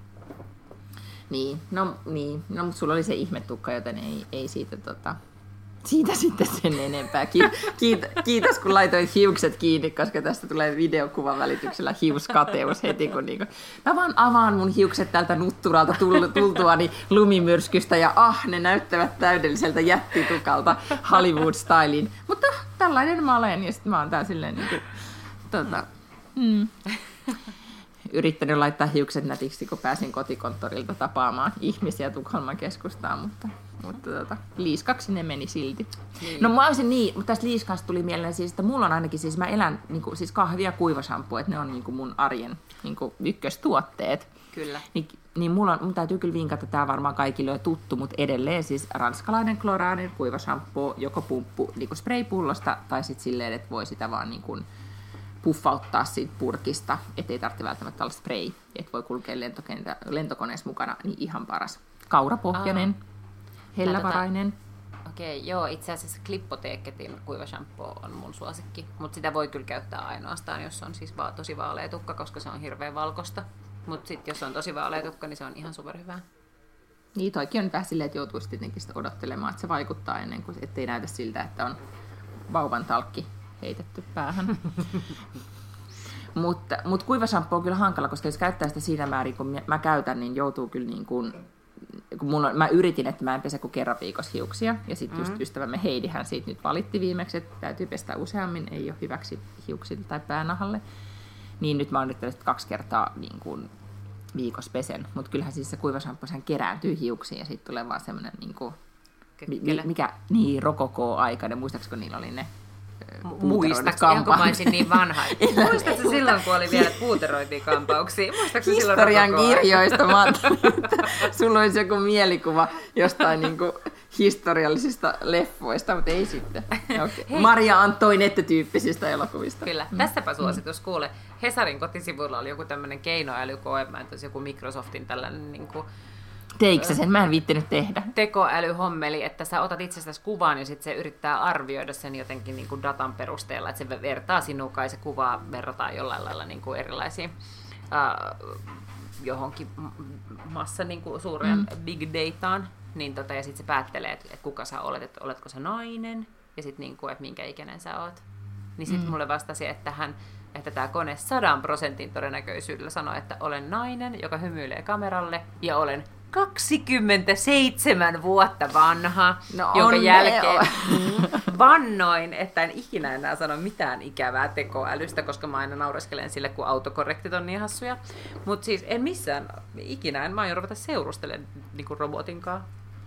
Niin, no, niin. no mutta sulla oli se ihmetukka, joten ei, ei siitä, tota, siitä sitten sen enempää. Kiitos, kiitos, kun laitoit hiukset kiinni, koska tästä tulee videokuvan välityksellä hiuskateus heti, kun niinku, mä vaan avaan mun hiukset tältä nutturalta tultuani lumimyrskystä ja ah, ne näyttävät täydelliseltä jättitukalta Hollywood-styliin. Mutta tällainen mä olen ja sitten mä oon tää silleen niinku, tota, mm. yrittänyt laittaa hiukset nätiksi, kun pääsin kotikonttorilta tapaamaan ihmisiä Tukholman keskustaan, mutta, mutta tota, liiskaksi ne meni silti. Niin. No mä olisin niin, mutta tästä liiskasta tuli mieleen siis, että mulla on ainakin, siis mä elän niin kuin, siis kahvi ja kuivashampoo, että ne on niin kuin mun arjen niin kuin ykköstuotteet. Kyllä. Ni, niin mulla on, mun täytyy kyllä vinkata, tämä varmaan kaikille on tuttu, mutta edelleen siis ranskalainen kloraanin kuivashampoo, joko pumppu niin kuin spraypullosta, tai sitten silleen, että voi sitä vaan niin kuin puffauttaa siitä purkista, ettei tarvitse välttämättä olla spray, että voi kulkea lentokoneessa mukana, niin ihan paras. Kaurapohjainen, Aa. hellävarainen. Tota, okei, okay, joo, itse asiassa Klippoteekketin kuivashampoo on mun suosikki, mutta sitä voi kyllä käyttää ainoastaan, jos on siis va- tosi vaalea tukka, koska se on hirveän valkoista. Mutta sitten jos on tosi vaalea tukka, niin se on ihan superhyvää. Niin, toikin on vähän silleen, että joutuisi tietenkin sitä odottelemaan, että se vaikuttaa ennen kuin, ettei näytä siltä, että on vauvan talkki heitetty päähän. Mutta mut kuivashampoo on kyllä hankala, koska jos käyttää sitä siinä määrin, kun mä käytän, niin joutuu kyllä niin kuin, kun mun on, mä yritin, että mä en pesä kuin kerran viikossa hiuksia, ja sitten just mm-hmm. ystävämme Heidihän siitä nyt valitti viimeksi, että täytyy pestä useammin, ei ole hyväksi hiuksille tai päänahalle. Niin nyt mä oon yrittänyt kaksi kertaa niin kuin viikossa pesen, mutta kyllähän siis se kuivashampoo sehän kerääntyy hiuksiin, ja sitten tulee vaan semmoinen niin kuin, mi, mikä, niin rokoko-aikainen, muistaakseni niillä oli ne Muistatko, ihan kun mä olisin niin vanha. Muistatko silloin, kun oli vielä, että puuteroitiin kampauksia? Historian kirjoista mä ajattelin, että sulla olisi joku mielikuva jostain niin kuin historiallisista leffoista, mutta ei sitten. Okay. Maria Antoinette-tyyppisistä elokuvista. Kyllä. Mm. Tässäpä suositus. Mm. Kuule, Hesarin kotisivuilla oli joku tämmöinen keinoälykoe, mä en tosi joku Microsoftin tällainen niin kuin teikö sä sen? Mä en viittinyt tehdä. Tekoälyhommeli, että sä otat itsestäsi kuvan ja sitten se yrittää arvioida sen jotenkin niin kuin datan perusteella, että se vertaa sinua, se kuvaa verrataan jollain lailla niin kuin erilaisiin uh, johonkin massa niin kuin suureen mm. big dataan, niin tota, ja sitten se päättelee, että, että kuka sä olet, että oletko sä nainen, ja sitten niin kuin, että minkä ikäinen sä oot. Niin sitten mm. mulle vastasi, että hän että tämä kone sadan prosentin todennäköisyydellä sanoo, että olen nainen, joka hymyilee kameralle, ja olen kaksikymmentäseitsemän vuotta vanha, no jonka jälkeen vannoin, että en ikinä enää sano mitään ikävää tekoälystä, koska mä aina naureskelen sille, kun autokorrektit on niin hassuja. Mutta siis en missään ikinä, en mä aion ruveta seurustelemaan niin kuin robotinkaan.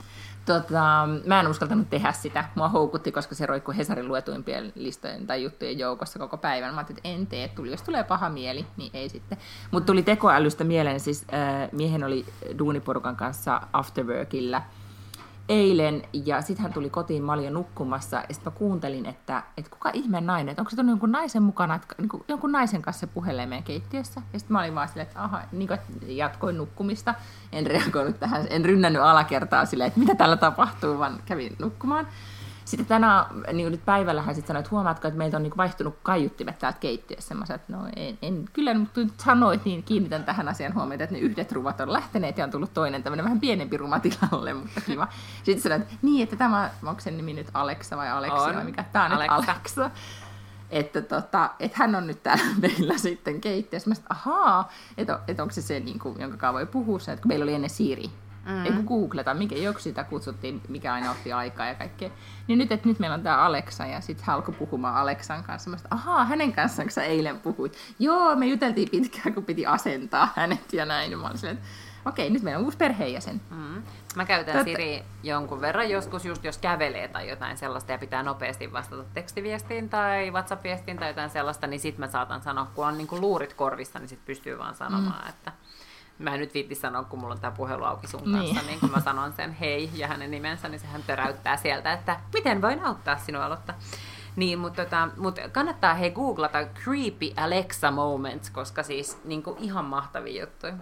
Tota, mä en uskaltanut tehdä sitä. Mua houkutti, koska se roikkui Hesarin luetuimpien listojen tai juttujen joukossa koko päivän. Mä ajattelin, että en tee. Tuli, jos tulee paha mieli, niin ei sitten. Mutta tuli tekoälystä mieleen, siis äh, miehen oli duuniporukan kanssa afterworkilla eilen, ja sitten hän tuli kotiin, mä olin jo nukkumassa, ja sitten mä kuuntelin, että, että kuka ihmeen nainen, että onko se tullut jonkun naisen mukana, että niin kuin, jonkun naisen kanssa puhelee meidän keittiössä, ja sitten mä olin vaan silleen, että aha, niin kuin, että jatkoin nukkumista, en reagoinut tähän, en rynnännyt alakertaa silleen, että mitä täällä tapahtuu, vaan kävin nukkumaan. Sitten tänään, niin nyt päivällä hän sitten sanoi, että huomaatko, että meiltä on niin vaihtunut kaiuttimet täältä keittiössä. Mä sanoin, että no en, en kyllä, mutta nyt sanoit, niin kiinnitän tähän asian huomiota, että ne yhdet ruvat on lähteneet ja on tullut toinen tämmöinen vähän pienempi ruma tilalle, mutta kiva. Sitten sanoin, että niin, että tämä, onko sen nimi nyt Alexa vai Alexia on. vai mikä? Tämä on Alexa. Nyt Alexa. Että, tota, että hän on nyt täällä meillä sitten keittiössä. Mä sanoin, että ahaa, että, että onko se se, niin kuin, jonka kanssa voi puhua sen, että kun meillä oli ennen Siri. Mm. Ei kun googleta, mikä joku sitä kutsuttiin, mikä aina otti aikaa ja kaikkea. Niin nyt, että nyt meillä on tää Alexa, ja sitten hän alkoi puhumaan Alexan kanssa. Mä sanoin, ahaa, hänen kanssaan, kun sä eilen puhuit. Joo, me juteltiin pitkään, kun piti asentaa hänet ja näin. Ja mä olin silleen, että okei, nyt meillä on uusi perheenjäsen. Mm. Mä käytän Tätä... Siri jonkun verran joskus, just jos kävelee tai jotain sellaista ja pitää nopeasti vastata tekstiviestiin tai WhatsApp-viestiin tai jotain sellaista, niin sit mä saatan sanoa, kun on niinku luurit korvissa, niin sit pystyy vaan sanomaan, mm. että mä en nyt viitti sanoa, kun mulla on tää puhelu auki sun kanssa, niin, niin kun mä sanon sen hei ja hänen nimensä, niin sehän töräyttää sieltä, että miten voin auttaa sinua aloittaa. Niin, mutta tota, mut kannattaa hei googlata Creepy Alexa Moments, koska siis niinku ihan mahtavia juttuja.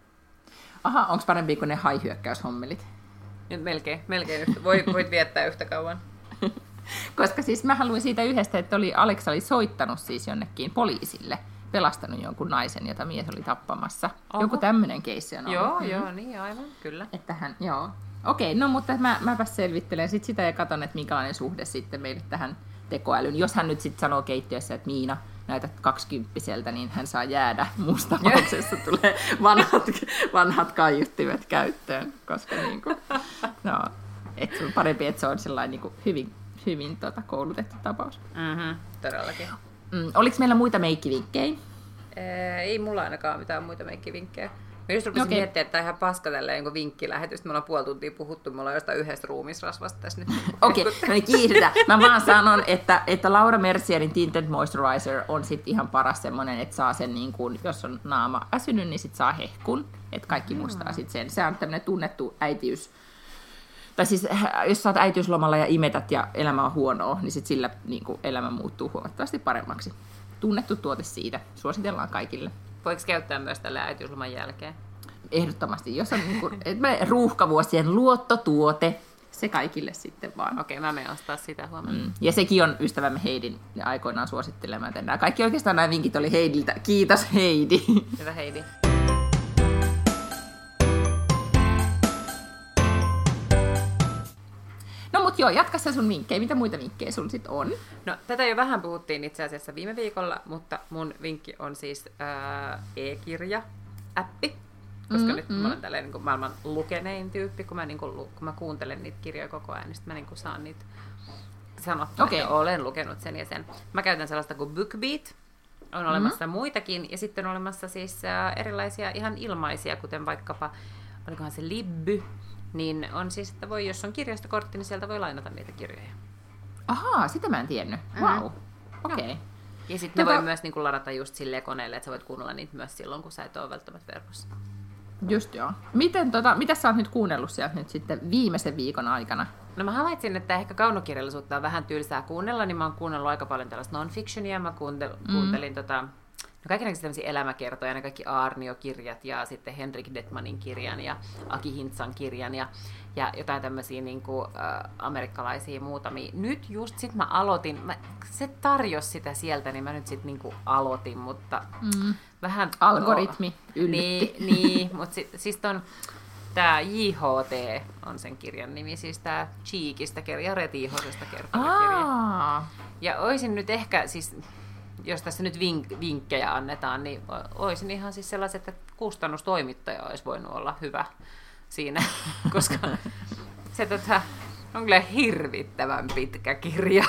Aha, onko parempi kuin ne haihyökkäyshommelit? Nyt melkein, melkein yhtä. Voit, voit viettää yhtä kauan. Koska siis mä haluin siitä yhdestä, että oli, Alexa oli soittanut siis jonnekin poliisille, pelastanut jonkun naisen, jota mies oli tappamassa. Oho. Joku tämmöinen keissi on ollut. Joo, mm-hmm. joo, niin aivan, kyllä. Että hän, joo. Okei, no mutta mä, mäpäs selvittelen sit sitä ja katson, että minkälainen suhde sitten meille tähän tekoälyyn. Jos hän nyt sitten sanoo keittiössä, että Miina, näytät kaksikymppiseltä, niin hän saa jäädä. Muussa tapauksessa tulee vanhat, vanhat kaiuttimet käyttöön, koska niin kuin, no, et on parempi, että se on sellainen niin kuin hyvin, hyvin tota, koulutettu tapaus. Mm-hmm, todellakin. Mm, oliko meillä muita meikkivinkkejä? Ee, ei mulla ainakaan mitään muita meikkivinkkejä. Mä just rupesin okay. miettimään, että tämä on ihan paska tälleen jonkun vinkkilähetys. Me ollaan puoli tuntia puhuttu, me ollaan jostain yhdestä ruumisrasvasta tässä nyt. Okei, okay, no niin kiihdytään. Mä vaan sanon, että, että Laura Mercierin Tinted Moisturizer on sit ihan paras semmonen, että saa sen niin kuin, jos on naama väsynyt, niin sit saa hehkun. Että kaikki mm. muistaa sit sen. Se on tämmönen tunnettu äitiys. Tai siis, jos sä oot äitiyslomalla ja imetät ja elämä on huonoa, niin sit sillä niin kuin, elämä muuttuu huomattavasti paremmaksi. Tunnettu tuote siitä. Suositellaan kaikille. Voiko käyttää myös tällä äitiysloman jälkeen? Ehdottomasti. Jos on niin kuin, ruuhkavuosien luottotuote, se kaikille sitten vaan. Okei, mä menen ostaa sitä huomenna. Mm. Ja sekin on ystävämme Heidin aikoinaan suosittelemaan. Nämä kaikki oikeastaan nämä vinkit oli Heidiltä. Kiitos Heidi. Hyvä Heidi. No mut joo, jatka sä sun vinkkejä. Mitä muita vinkkejä sun sit on? No tätä jo vähän puhuttiin itse asiassa viime viikolla, mutta mun vinkki on siis ää, e-kirja-appi. Koska mm, nyt mm. mä olen tälleen niin kuin maailman lukenein tyyppi, kun mä, niin kuin, kun mä kuuntelen niitä kirjoja koko ajan, niin sit mä niin kuin saan niitä sanottua, okay. että olen lukenut sen ja sen. Mä käytän sellaista kuin BookBeat. On olemassa mm. muitakin, ja sitten on olemassa siis ää, erilaisia ihan ilmaisia, kuten vaikkapa, olikohan se Libby, niin on siis, että voi, jos on kirjastokortti, niin sieltä voi lainata niitä kirjoja. Ahaa, sitä mä en tiennyt. Wow. Mm. Okei. Okay. Ja sitten ne voi myös niin kuin ladata just silleen koneelle, että sä voit kuunnella niitä myös silloin, kun sä et ole välttämättä verkossa. Just joo. Miten, tota, mitä sä oot nyt kuunnellut sieltä nyt sitten viimeisen viikon aikana? No mä havaitsin, että ehkä kaunokirjallisuutta on vähän tylsää kuunnella, niin mä oon kuunnellut aika paljon tällaista non-fictionia. Mä kuuntel, mm. kuuntelin tota, no kaikenlaisia tämmöisiä elämäkertoja, ne kaikki Aarnio-kirjat ja sitten Henrik Detmanin kirjan ja Aki Hintsan kirjan ja, ja jotain tämmöisiä niin kuin, äh, amerikkalaisia muutamia. Nyt just sit mä aloitin, mä, se tarjosi sitä sieltä, niin mä nyt sit niin kuin aloitin, mutta mm. vähän... Algoritmi yllytti. Niin, niin mutta si, siis ton... Tämä J H T on sen kirjan nimi, siis tämä Cheekistä kirja, Jare Tiihosesta kertova kirja. Ja oisin nyt ehkä, siis, jos tässä nyt vink- vinkkejä annetaan, niin oisin ihan siis sellaiset, että kustannustoimittaja olisi voinut olla hyvä siinä, koska se tota, on kyllä hirvittävän pitkä kirja.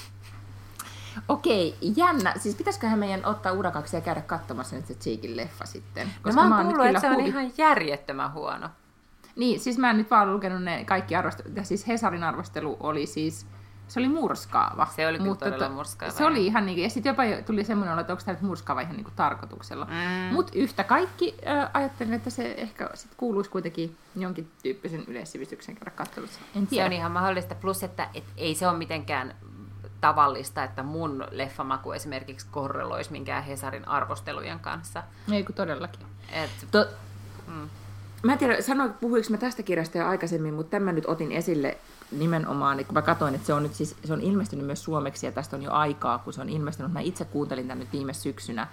Okei, jännä. Siis pitäisiköhän meidän ottaa urakaksi ja käydä katsomassa nyt se Cheekin leffa sitten? Koska no mä oon kuullut, että se on huvi... ihan järjettömän huono. Niin, siis mä en nyt vaan lukenut ne kaikki arvostelut. Ja siis Hesarin arvostelu oli siis, se oli murskaava. Se oli kyllä todella murskaava. Se oli ihan niin, ja sitten jopa tuli semmoinen olo, että onko tämä nyt murskaava ihan niin kuin tarkoituksella. Mm. Mutta yhtä kaikki äh, ajattelin, että se ehkä sit kuuluisi kuitenkin jonkin tyyppisen yleissivistyksen käydä katselussa. En tiedä. Se on ihan mahdollista, plus että et ei se ole mitenkään tavallista, että mun leffamaku esimerkiksi korreloisi minkään Hesarin arvostelujen kanssa. Ei kun todellakin. Et, to- mm. Mä en tiedä, sanoin, puhuinko mä tästä kirjasta jo aikaisemmin, mutta tämän nyt otin esille nimenomaan, kun mä katsoin, että se on nyt siis, se on ilmestynyt myös suomeksi ja tästä on jo aikaa, kun se on ilmestynyt. Mä itse kuuntelin tämän nyt viime syksynä,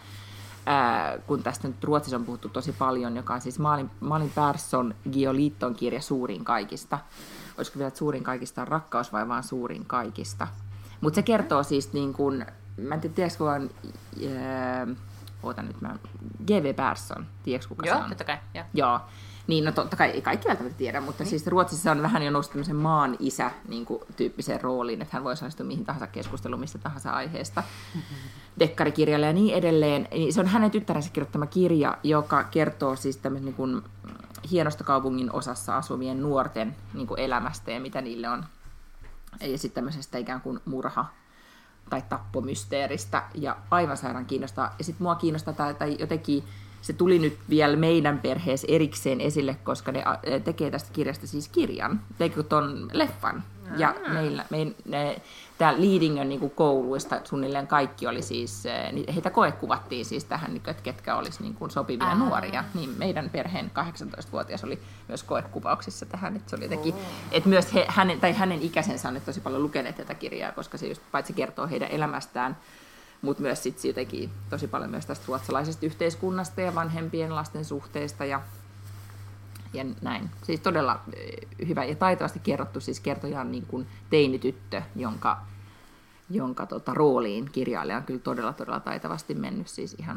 ää, kun tästä nyt Ruotsissa on puhuttu tosi paljon, joka on siis Malin, Malin Persson Gioliitton kirja Suurin kaikista. Olisiko vielä, että Suurin kaikista on rakkaus vai vaan Suurin kaikista? Mutta se kertoo siis niin kuin, mä en tiedä, tiedätkö kun on, ää, oota nyt mä, G V Persson, tiedätkö kuka joo, se on? totta kai, joo. Joo. Niin, no totta kai ei kaikki välttämättä tiedä, mutta niin. Siis Ruotsissa on vähän jo noussut tämmöisen maan isä niin kuin, tyyppiseen rooliin, että hän voi osallistua mihin tahansa keskusteluun, mistä tahansa aiheesta, mm-hmm. dekkarikirjalle ja niin edelleen. Se on hänen tyttärensä kirjoittama kirja, joka kertoo siis tämmöisen niin kuin, hienosta kaupungin osassa asuvien nuorten niin kuin, elämästä ja mitä niille on. Ja sitten tämmöisestä ikään kuin murha- tai tappomysteeristä, ja aivan sairaan kiinnostaa. Ja sitten mua kiinnostaa, tai, tai jotenkin se tuli nyt vielä meidän perheessä erikseen esille, koska ne tekee tästä kirjasta siis kirjan, tekee tuon leffan. Ja meillä, me, ne, tää Liidingön niin kouluista suunnilleen kaikki oli siis, heitä koekuvattiin siis tähän, että ketkä olisi niin kuin sopivia Ää. nuoria. Niin meidän perheen kahdeksantoistavuotias oli myös koekuvauksissa tähän, että se oli jotenkin, oh. että myös he, hänen, tai hänen ikäisensä on nyt tosi paljon lukeneet tätä kirjaa, koska se just paitsi kertoo heidän elämästään, mutta myös sit jotenkin tosi paljon myös tästä ruotsalaisesta yhteiskunnasta ja vanhempien lasten suhteista ja Ja näin. Siis todella hyvä ja taitavasti kerrottu. Siis kertoja on niin kuin teinityttö, jonka, jonka tota, rooliin kirjailija on kyllä todella, todella taitavasti mennyt siis ihan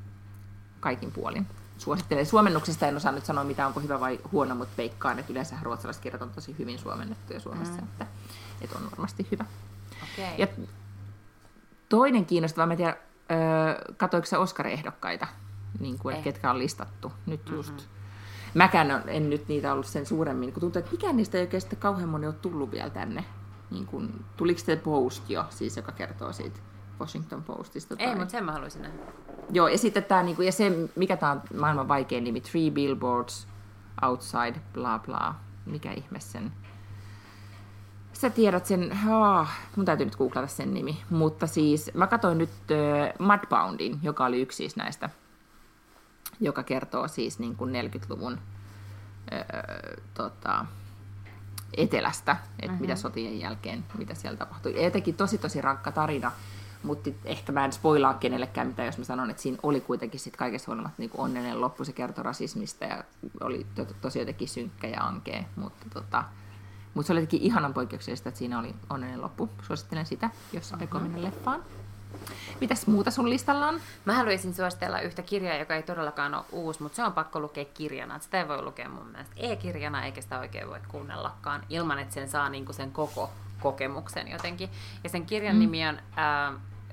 kaikin puolin. Suosittelen. Suomennuksesta en osaa nyt sanoa, mitä onko hyvä vai huono, mutta veikkaan, että yleensä ruotsalaiset kirjat on tosi hyvin suomennettuja Suomessa, mm. että, että on varmasti hyvä. Okay. Ja toinen kiinnostava, mä en tiedä, katoiko sä Oscar-ehdokkaita, niin kuin, että ketkä on listattu nyt just. Mm-hmm. Mäkään en nyt niitä ollut sen suuremmin, kun tuntuu, että mikään niistä ei oikein sitten kauhean moni ole tullut vielä tänne. Niin kun, tuliko se Post jo, siis, joka kertoo siitä Washington Postista? Tai... Ei, mutta sen mä haluaisin nähdä. Joo, ja sitten tämä, niin kun, ja se, mikä tämä on maailman vaikein nimi, Three Billboards Outside, bla bla, mikä ihme sen. Sä tiedät sen, oh, mun täytyy nyt googlata sen nimi, mutta siis mä katsoin nyt uh, Mudboundin, joka oli yksi siis näistä, joka kertoo siis niin kuin neljäkymmentäluvun öö, tota, etelästä, että mm-hmm. mitä sotien jälkeen, mitä siellä tapahtui. Ja jotenkin tosi tosi rankka tarina, mutta ehkä mä en spoilaa kenellekään mitään, jos mä sanon, että siinä oli kuitenkin sit kaikessa huolimatta niin kuin onnellinen loppu, se kertoi rasismista ja oli to, tosi jotenkin synkkä ja ankea, mutta tota, mut se oli jotenkin ihanan poikkeuksellista, että siinä oli onnellinen loppu. Suosittelen sitä, jos mm-hmm. aikoo mennä leffaan. Mitäs muuta sun listalla on? Mä haluaisin suositella yhtä kirjaa, joka ei todellakaan ole uusi, mutta se on pakko lukea kirjana. Sitä ei voi lukea mun mielestä e-kirjana, eikä sitä oikein voi kuunnellakaan, ilman että sen saa niinku sen koko kokemuksen jotenkin. Ja sen kirjan mm. nimi on... Ää,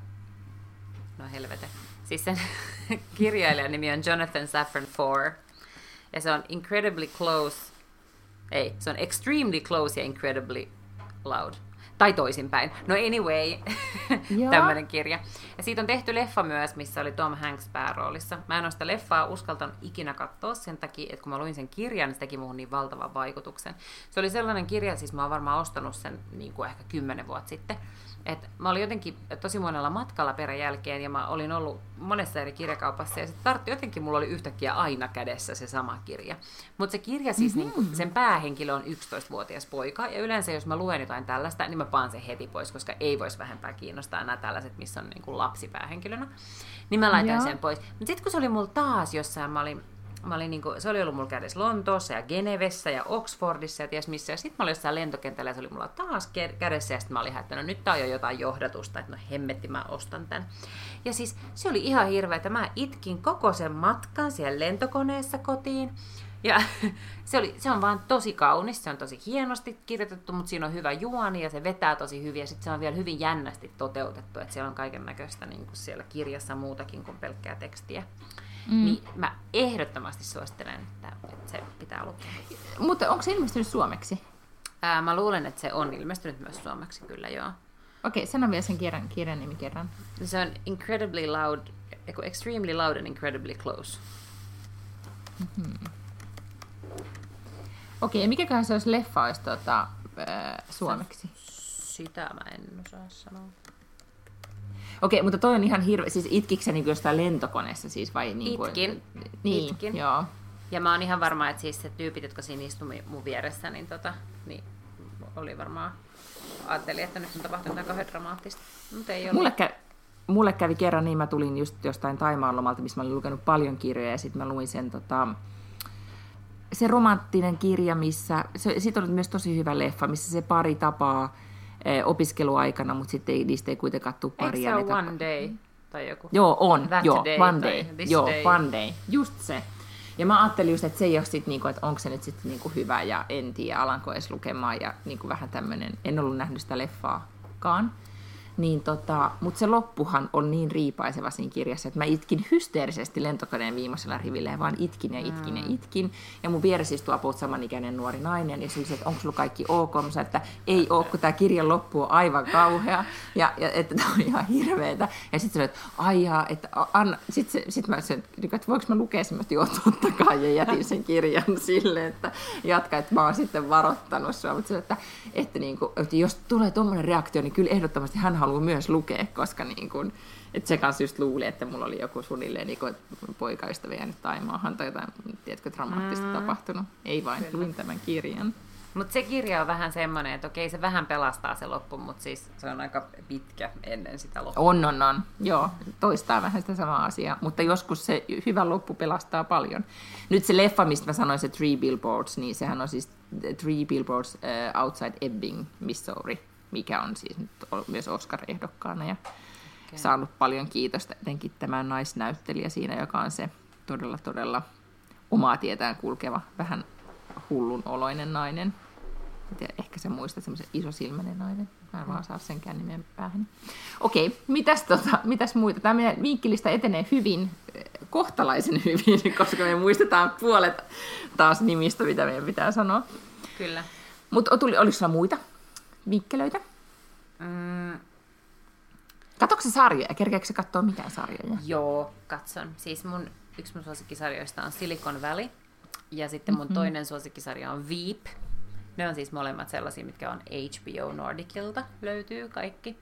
no helvete. Siis sen kirjailijan nimi on Jonathan Safran Foer. Ja se on Incredibly Close... Ei, se on Extremely Close ja Incredibly Loud. Tai toisinpäin. No anyway, tämmöinen kirja. Ja siitä on tehty leffa myös, missä oli Tom Hanks pääroolissa. Mä en ole sitä leffaa uskaltanut ikinä katsoa sen takia, että kun mä luin sen kirjan, niin se teki muuhun niin valtavan vaikutuksen. Se oli sellainen kirja, siis mä oon varmaan ostanut sen niin kuin ehkä kymmenen vuotta sitten. Et mä olin jotenkin tosi monella matkalla peräjälkeen ja mä olin ollut monessa eri kirjakaupassa ja sitten tartti jotenkin mulla oli yhtäkkiä aina kädessä se sama kirja. Mutta se kirja siis, mm-hmm. niin kun, sen päähenkilö on yksitoistavuotias poika ja yleensä jos mä luen jotain tällaista, niin mä paan sen heti pois, koska ei voisi vähempää kiinnostaa nämä tällaiset, missä on niin kun lapsi päähenkilönä. Niin mä laitan Joo. sen pois. Mutta sitten kun se oli mulla taas jossain, mä olin Mä olin niinku, se oli ollut mulla kädessä Lontoossa ja Genevessä ja Oxfordissa ja ties missä. Ja sitten mä olin jossain lentokentällä ja se oli mulla taas kädessä. Ja sitten mä olin että no nyt tää on jo jotain johdatusta, että no hemmetti mä ostan tän. Ja siis se oli ihan hirveetä. Mä itkin koko sen matkan siellä lentokoneessa kotiin. Ja se, oli, se on vaan tosi kaunis, se on tosi hienosti kirjoitettu, mutta siinä on hyvä juoni ja se vetää tosi hyvin. Ja sitten se on vielä hyvin jännästi toteutettu, että siellä on kaiken näköistä niin kuin siellä kirjassa muutakin kuin pelkkää tekstiä. Mm. Niin mä ehdottomasti suosittelen, että se pitää lukea. Mutta onko se ilmestynyt suomeksi? Ää, mä luulen, että se on ilmestynyt myös suomeksi, kyllä joo. Okei, sano vielä sen kirjan, kirjan nimi kerran. Se on Incredibly Loud, Extremely Loud and Incredibly Close. Mm-hmm. Okei, ja mikäköhän se olisi leffa olisi tuota, äh, suomeksi? Sitä mä en osaa sanoa. Okei, mutta toi on ihan hirveä, siis itkikö sä niin jostain lentokoneessa siis vai niin kuin... Itkin, niin, itkin. Joo. Ja mä oon ihan varma, että siis se tyypit, jotka siinä istui mun vieressä, niin, tota, niin oli varmaan, ajattelin, että nyt on tapahtunut jotain kauhean dramaattista, mutta ei mulle, kä- mulle kävi kerran niin, mä tulin just jostain Taimaan lomalta, missä mä olin lukenut paljon kirjoja ja sitten mä luin sen tota, se romanttinen kirja, missä, se, siitä oli myös tosi hyvä leffa, missä se pari tapaa opiskeluaikana, mutta sitten ei, niistä ei kuitenkaan tule paria. Eikö se ole One Day tai joku? Joo, on. That joo, day, One Day. Joo, day. One Day. Just se. Ja mä ajattelin just, että se ei ole sit niinku, että onko se nyt sitten niinku hyvä ja en tiedä, alanko edes lukemaan ja niinku vähän tämmöinen, en ollut nähnyt sitä leffaakaan. Niin tota, mutta se loppuhan on niin riipaiseva siinä kirjassa, että mä itkin hysteerisesti lentokoneen viimeisellä rivillä ja vaan itkin ja itkin ja itkin. Ja mun vieressä istuu about samanikäinen nuori nainen ja se oli, että onko sulla kaikki ok? Mä sanoin, että ei ole, kun tämä kirjan loppu on aivan kauhea ja, ja että tämä on ihan hirveetä. Ja sitten sanoin, että aijaa, että anna. Sitten sit mä sanoin, että voinko mä lukea sen, että joo, totta kai, ja jätin sen kirjan silleen, että jatka, että mä oon sitten varoittanut sua. Mutta sanoin, että, että, niin kuin, että jos tulee tommoinen reaktio, niin kyllä ehdottomasti hän haluaa myös lukea, koska niin kuin, että se kanssa just luuli, että mulla oli joku suunnilleen niin kuin, poikaystävä jäänyt Taimaahan tai jotain, tiedätkö, dramaattista mm. tapahtunut. Ei vain, luin tämän kirjan. Mutta se kirja on vähän semmoinen, että okei, se vähän pelastaa se loppu, mutta siis se on aika pitkä ennen sitä loppua. On, on, on. Joo, toistaa vähän sitä samaa asiaa, mutta joskus se hyvä loppu pelastaa paljon. Nyt se leffa, mistä mä sanoin, se Three Billboards, niin sehän on siis Three Billboards uh, Outside Ebbing, Missouri, mikä on siis nyt myös Oscar-ehdokkaana ja okay. saanut paljon kiitosta, etenkin tämä naisnäyttelijä siinä, joka on se todella, todella omaa tietään kulkeva, vähän hullun oloinen nainen. Tiedä, ehkä sä muistat semmoisen isosilmäinen nainen. Mä en vaan saa senkään nimen päähän. Okei, mitäs, tota, mitäs muita? Tämä meidän vinkkilista etenee hyvin, kohtalaisen hyvin, koska me muistetaan puolet taas nimistä, mitä meidän pitää sanoa. Kyllä. Mutta oliko sulla muita vinkkelöitä? Mm. Katsoitko sä sarjoja? Kerkeekö sä katsoa mitään sarjoja? Joo, katson. Siis mun, yksi mun suosikkisarjoista on Silicon Valley. Ja sitten mun mm-hmm. toinen suosikkisarja on Veep. Ne on siis molemmat sellaisia, mitkä on H B O Nordicilta. Löytyy kaikki.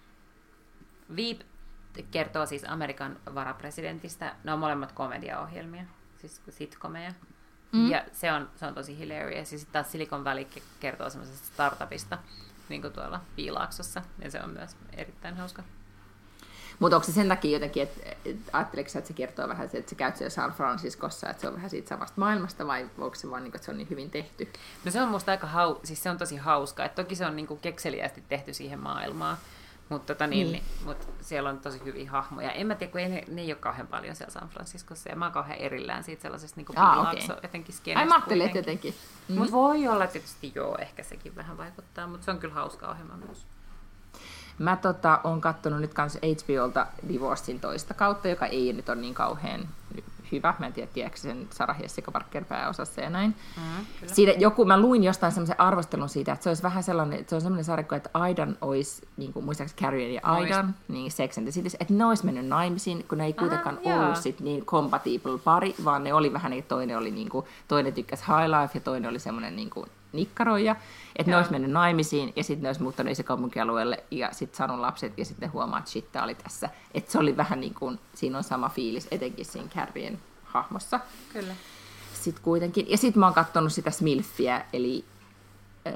Veep kertoo siis Amerikan varapresidentistä. Ne on molemmat komediaohjelmia, siis sitcomeja. Mm. Ja se on, se on tosi hilarious. Ja sitten taas Silicon Valley kertoo semmoisesta startupista, niin kuin tuolla Piilaaksossa. Ja se on myös erittäin hauska. Mutta onko se sen takia jotenkin, että et, ajatteletko sä, että se kertoo vähän, että sä käyt siellä San Franciscossa, että se on vähän siitä samasta maailmasta, vai onko se vaan, että se on niin hyvin tehty? No se on musta aika hau, siis se on tosi hauska, että toki se on niin kuin kekseliästi tehty siihen maailmaan, mutta tota niin, niin. Niin, mut siellä on tosi hyviä hahmoja. En mä tiedä, kun ei, ne, ne ei ole kauhean paljon siellä San Franciscossa, ja mä oon kauhean erillään siitä sellaisesta niin kuin Piilaakso, okay. Jotenkin skenestä. Ai mä ajattelin, jotenkin. Mm. Mutta voi olla tietysti joo, ehkä sekin vähän vaikuttaa, mutta se on kyllä hauska ohjelma myös. Mä tota, oon kattonut nyt kans H B Olta Divorcein toista kautta, joka ei nyt ole niin kauhean hyvä. Mä en tiedä, tiedätkö sen Sarah Jessica Parker pääosassa ja näin. Mm, Siitä joku, mä luin jostain semmoisen arvostelun siitä, että se olisi vähän sellainen, että se on semmoinen sarja, että Aidan olisi, niin kuin, muistaakseni Carrie ja Aidan, niin Sex and the City, että ne olisi mennyt naimisiin, kun ne ei kuitenkaan ah, ollut sit niin compatible pari, vaan ne oli vähän, että toinen oli niin kuin, toinen tykkäsi High Life ja toinen oli semmoinen niin kuin nikkaroija, että ne olisi mennyt naimisiin ja sitten ne olisi muuttanut esikaupunkialueelle ja sitten saanut lapset ja sitten huomaa, että shit, oli tässä. Että se oli vähän niin kuin, siinä on sama fiilis, etenkin siinä Carrien hahmossa. Kyllä. Sitten kuitenkin. Ja sitten mä oon katsonut sitä Smilfiä, eli öö,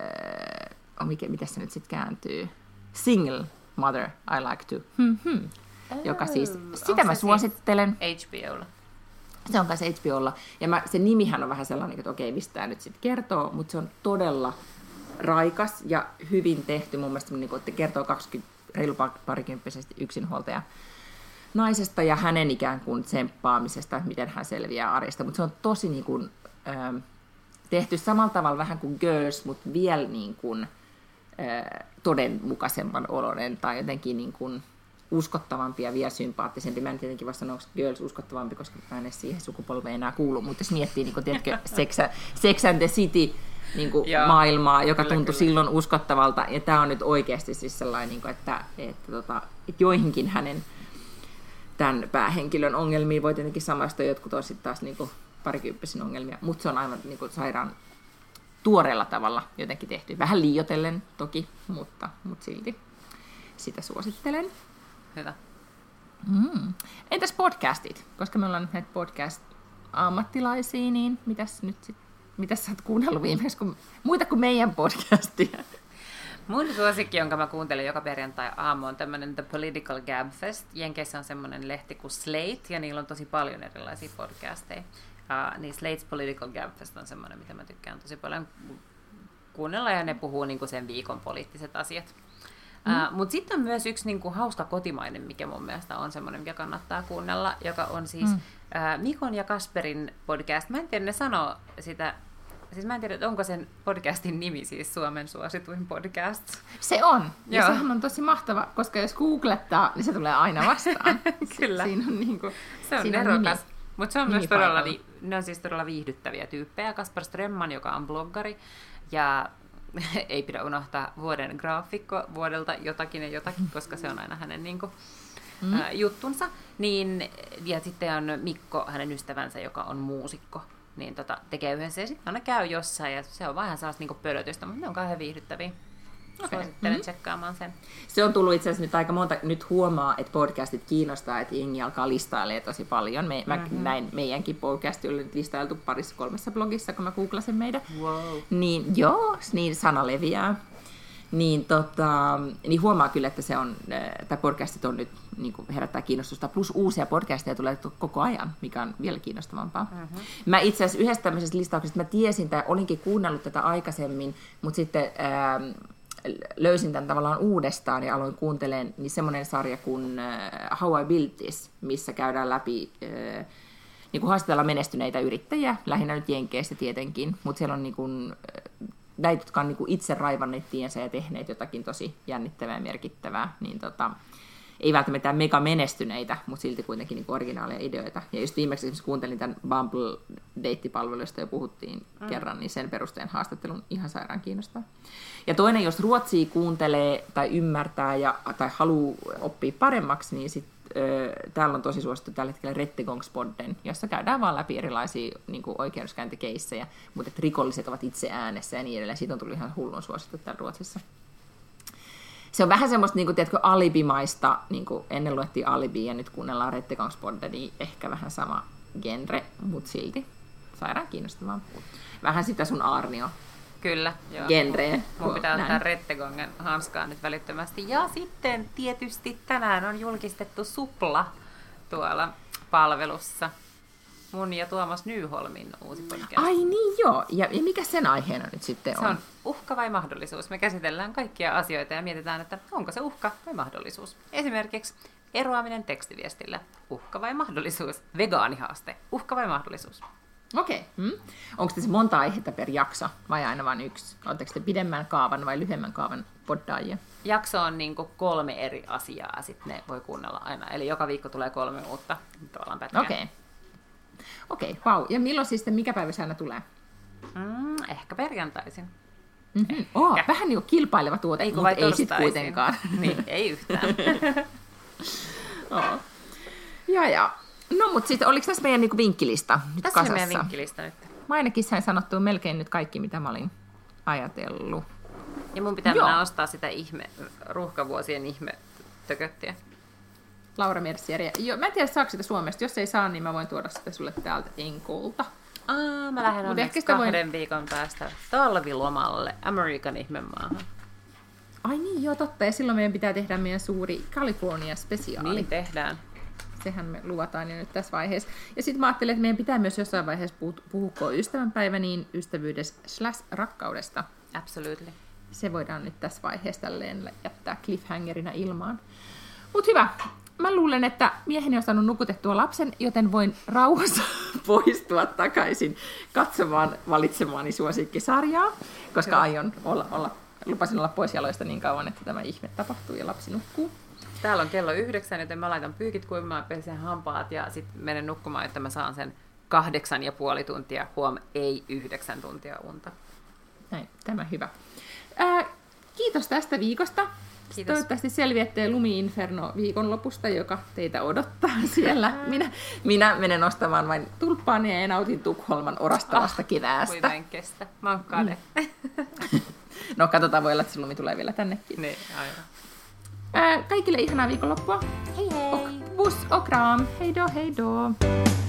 oh, mikä, miten se nyt sitten kääntyy? Single Mother, I Like To. Hmm, hmm. Oh, joka siis, sitä mä suosittelen. H B O:lla. Se on kanssa H B O:lla. Ja mä, se nimihän on vähän sellainen, että okei, mistä tämä nyt sitten kertoo, mutta se on todella raikas ja hyvin tehty. Mun mielestä niin kuin, että kertoo kaksikymmentä, reilu parikymppisestä yksinhuoltaja naisesta ja hänen ikään kuin tsemppaamisesta, miten hän selviää arjesta. Mutta se on tosi niin kuin, ähm, tehty samalla tavalla vähän kuin Girls, mutta vielä niin kuin, äh, todenmukaisemman oloinen tai jotenkin niin kuin uskottavampi ja vielä sympaattisempi. Mä en tietenkin vasta sanoa, onko Girls uskottavampi, koska mä en edes siihen sukupolveen enää kuulu, mutta jos miettii, niin kuin, tiedätkö, Sex, Sex and the City niin kuin maailmaa, joka kyllä, tuntui kyllä. silloin uskottavalta, ja tämä on nyt oikeasti siis sellainen, niin kuin, että, että, tota, että joihinkin hänen tämän päähenkilön ongelmiin voi tietenkin samaistua, jotkut on sitten taas niin kuin parikymppisin ongelmia, mutta se on aivan niin kuin sairaan tuoreella tavalla jotenkin tehty. Vähän liioitellen toki, mutta, mutta silti sitä suosittelen. Hyvä. Mm. Entäs podcastit? Koska me ollaan nyt näitä podcast-ammattilaisia, niin mitäs nyt sit, mitäs sä oot kuunnellut viimeksi, kun, muita kuin meidän podcastia? Mun suosikki, jonka mä kuuntelen joka perjantai aamu, on tämmönen The Political Gabfest. Jenkeissä on semmoinen lehti kuin Slate, ja niillä on tosi paljon erilaisia podcasteja. Uh, niin Slate's Political Gabfest on semmoinen, mitä mä tykkään tosi paljon kuunnella, ja ne puhuu niinku sen viikon poliittiset asiat. Mm. Uh, Mutta sitten on myös yksi niinku hauska kotimainen, mikä mun mielestä on semmoinen, mikä kannattaa kuunnella, joka on siis mm. uh, Mikon ja Kasperin podcast. Mä en tiedä, ne sanoo sitä, siis mä en tiedä, onko sen podcastin nimi siis Suomen suosituin podcast. Se on, ja Joo. sehän on tosi mahtava, koska jos googlettaa, niin se tulee aina vastaan. Kyllä. Siinä on niinku, se on erokas. Mutta se on myös todella, ne on siis todella viihdyttäviä tyyppejä. Kaspar Strömman, joka on bloggari, ja ei pidä unohtaa vuoden graafikko vuodelta jotakin ja jotakin, koska se on aina hänen niin kuin, mm. ää, juttunsa. Niin, ja sitten on Mikko, hänen ystävänsä, joka on muusikko, niin tota, tekee yhdessä ja sitten aina käy jossain ja se on vähän sellaista niin kuin pölötystä, mutta ne on kauhean viihdyttäviä. Okay. Suosittelen mm-hmm. tsekkaamaan sen. Se on tullut itse asiassa nyt aika monta, nyt huomaa, että podcastit kiinnostaa, että jengi alkaa listailemaan tosi paljon. Me, mm-hmm. Mä näin meidänkin podcasti oli nyt listailtu parissa kolmessa blogissa, kun mä googlasin meidän. Wow. Niin joo, niin sana leviää. Niin, tota, niin huomaa kyllä, että se on, tämä podcastit on nyt niin kuin herättää kiinnostusta, plus uusia podcasteja tulee koko ajan, mikä on vielä kiinnostavampaa. Mm-hmm. Mä itse asiassa yhdestä tämmöisestä listauksesta, mä tiesin, tai olinkin kuunnellut tätä aikaisemmin, mutta sitten ää, löysin tämän tavallaan uudestaan ja aloin kuuntelemaan niin semmoinen sarja kuin uh, How I Built This, missä käydään läpi, uh, niin kuin haastatellaan menestyneitä yrittäjiä, lähinnä nyt Jenkeistä tietenkin, mutta siellä on niin kuin, uh, näitä, jotka on niin kuin itse raivanneet tiensä ja tehneet jotakin tosi jännittävää ja merkittävää, niin tota, ei välttämättä mega menestyneitä, mutta silti kuitenkin niin kuin originaaleja ideoita. Ja just viimeksi esimerkiksi kuuntelin tämän Bumble-deittipalvelusta jo puhuttiin mm. kerran, niin sen perusteen haastattelun ihan sairaan kiinnostaa. Ja toinen, jos ruotsia kuuntelee tai ymmärtää ja, tai haluaa oppia paremmaksi, niin sit, ö, täällä on tosi suosittu tällä hetkellä Rättegångspodden, jossa käydään vaan läpi erilaisia niin kuin oikeudenkäyntikeissejä, mutta että rikolliset ovat itse äänessä ja niin edelleen. Siitä on tullut ihan hullun suosittu täällä Ruotsissa. Se on vähän semmoista, niin kuin, tiedätkö, alibimaista, niin kuin ennen luettiin alibi ja nyt kuunnellaan Rättegångspodden, niin ehkä vähän sama genre, mutta silti sairaan kiinnostavaa. Vähän sitä sun Aarnio. Kyllä, joo. Genreen. Mun pitää ottaa Rättegången hanskaa nyt välittömästi. Ja sitten tietysti tänään on julkistettu Supla tuolla palvelussa. Mun ja Tuomas Nyholmin uusi podcast. Ai niin joo, ja, ja mikä sen aiheena nyt sitten on? Se on uhka vai mahdollisuus. Me käsitellään kaikkia asioita ja mietitään, että onko se uhka vai mahdollisuus. Esimerkiksi eroaminen tekstiviestillä. Uhka vai mahdollisuus? Vegaanihaaste. Uhka vai mahdollisuus? Okei. Okay. Hmm. Onko tässä monta aihetta per jakso vai aina vain yksi? Oletteko te pidemmän kaavan vai lyhyemmän kaavan poddaajia? Jakso on niin kuin kolme eri asiaa, sitten ne voi kuunnella aina. Eli joka viikko tulee kolme uutta tavallaan pätkää. Okei. Okay. Okei, okay, wow. Ja milloin siis sitten, mikä päivä se aina tulee? Mm, ehkä perjantaisin. Mm-hmm. Oh, vähän niin kuin kilpaileva tuote, ei, mutta ei sitten kuitenkaan. Niin, ei yhtään. oh. Ja, ja. No, mutta sitten oliko tässä meidän niinku vinkkilista nyt tässä kasassa? Tässä meidän vinkkilista nyt. Mä ainakin sain sanottua melkein nyt kaikki, mitä mä olin ajatellut. Ja mun pitää Joo. mennä ostaa sitä ihme, ruuhkavuosien ihme tököttiä. Laura Mercieriä. Joo, mä en tiedä, saako sitä Suomesta. Jos ei saa, niin mä voin tuoda sitä sulle täältä Enkolta. Aa, mä lähden onneksi kahden voin... viikon päästä talvilomalle Amerikan ihmemaahan. Ai niin, joo, totta. Ja silloin meidän pitää tehdä meidän suuri California-spesiaali. Niin tehdään. Sehän me luvataan jo nyt tässä vaiheessa. Ja sitten mä ajattelin, että meidän pitää myös jossain vaiheessa puhua ystävänpäivä, niin ystävyydestä slash rakkaudesta. Absolutely. Se voidaan nyt tässä vaiheessa tälleen jättää cliffhangerina ilmaan. Mut hyvä. Mä luulen, että mieheni on saanut nukutettua lapsen, joten voin rauhassa poistua takaisin katsomaan valitsemaani suosikkisarjaa, koska hyvä. aion olla, olla, lupasin olla pois jaloista niin kauan, että tämä ihme tapahtuu ja lapsi nukkuu. Täällä on kello yhdeksän, joten mä laitan pyykit kuivumaan, pesen hampaat ja sitten menen nukkumaan, että mä saan sen kahdeksan ja puoli tuntia, huom, ei yhdeksän tuntia unta. Näin, tämä hyvä. Ää, kiitos tästä viikosta. Kiitos. Toivottavasti selviätte Lumi-Inferno viikonlopusta, joka teitä odottaa siellä. Minä, minä menen ostamaan vain tulppaania ja nautin Tukholman orastavasta ah, keväästä. Voi mä en kestä. Mä oon kade. No katsotaan, voi olla, että se lumi tulee vielä tännekin. Niin, aivan. Ää, kaikille ihanaa viikonloppua. Hei hei! Och, puss och kram. Hei do, hei do.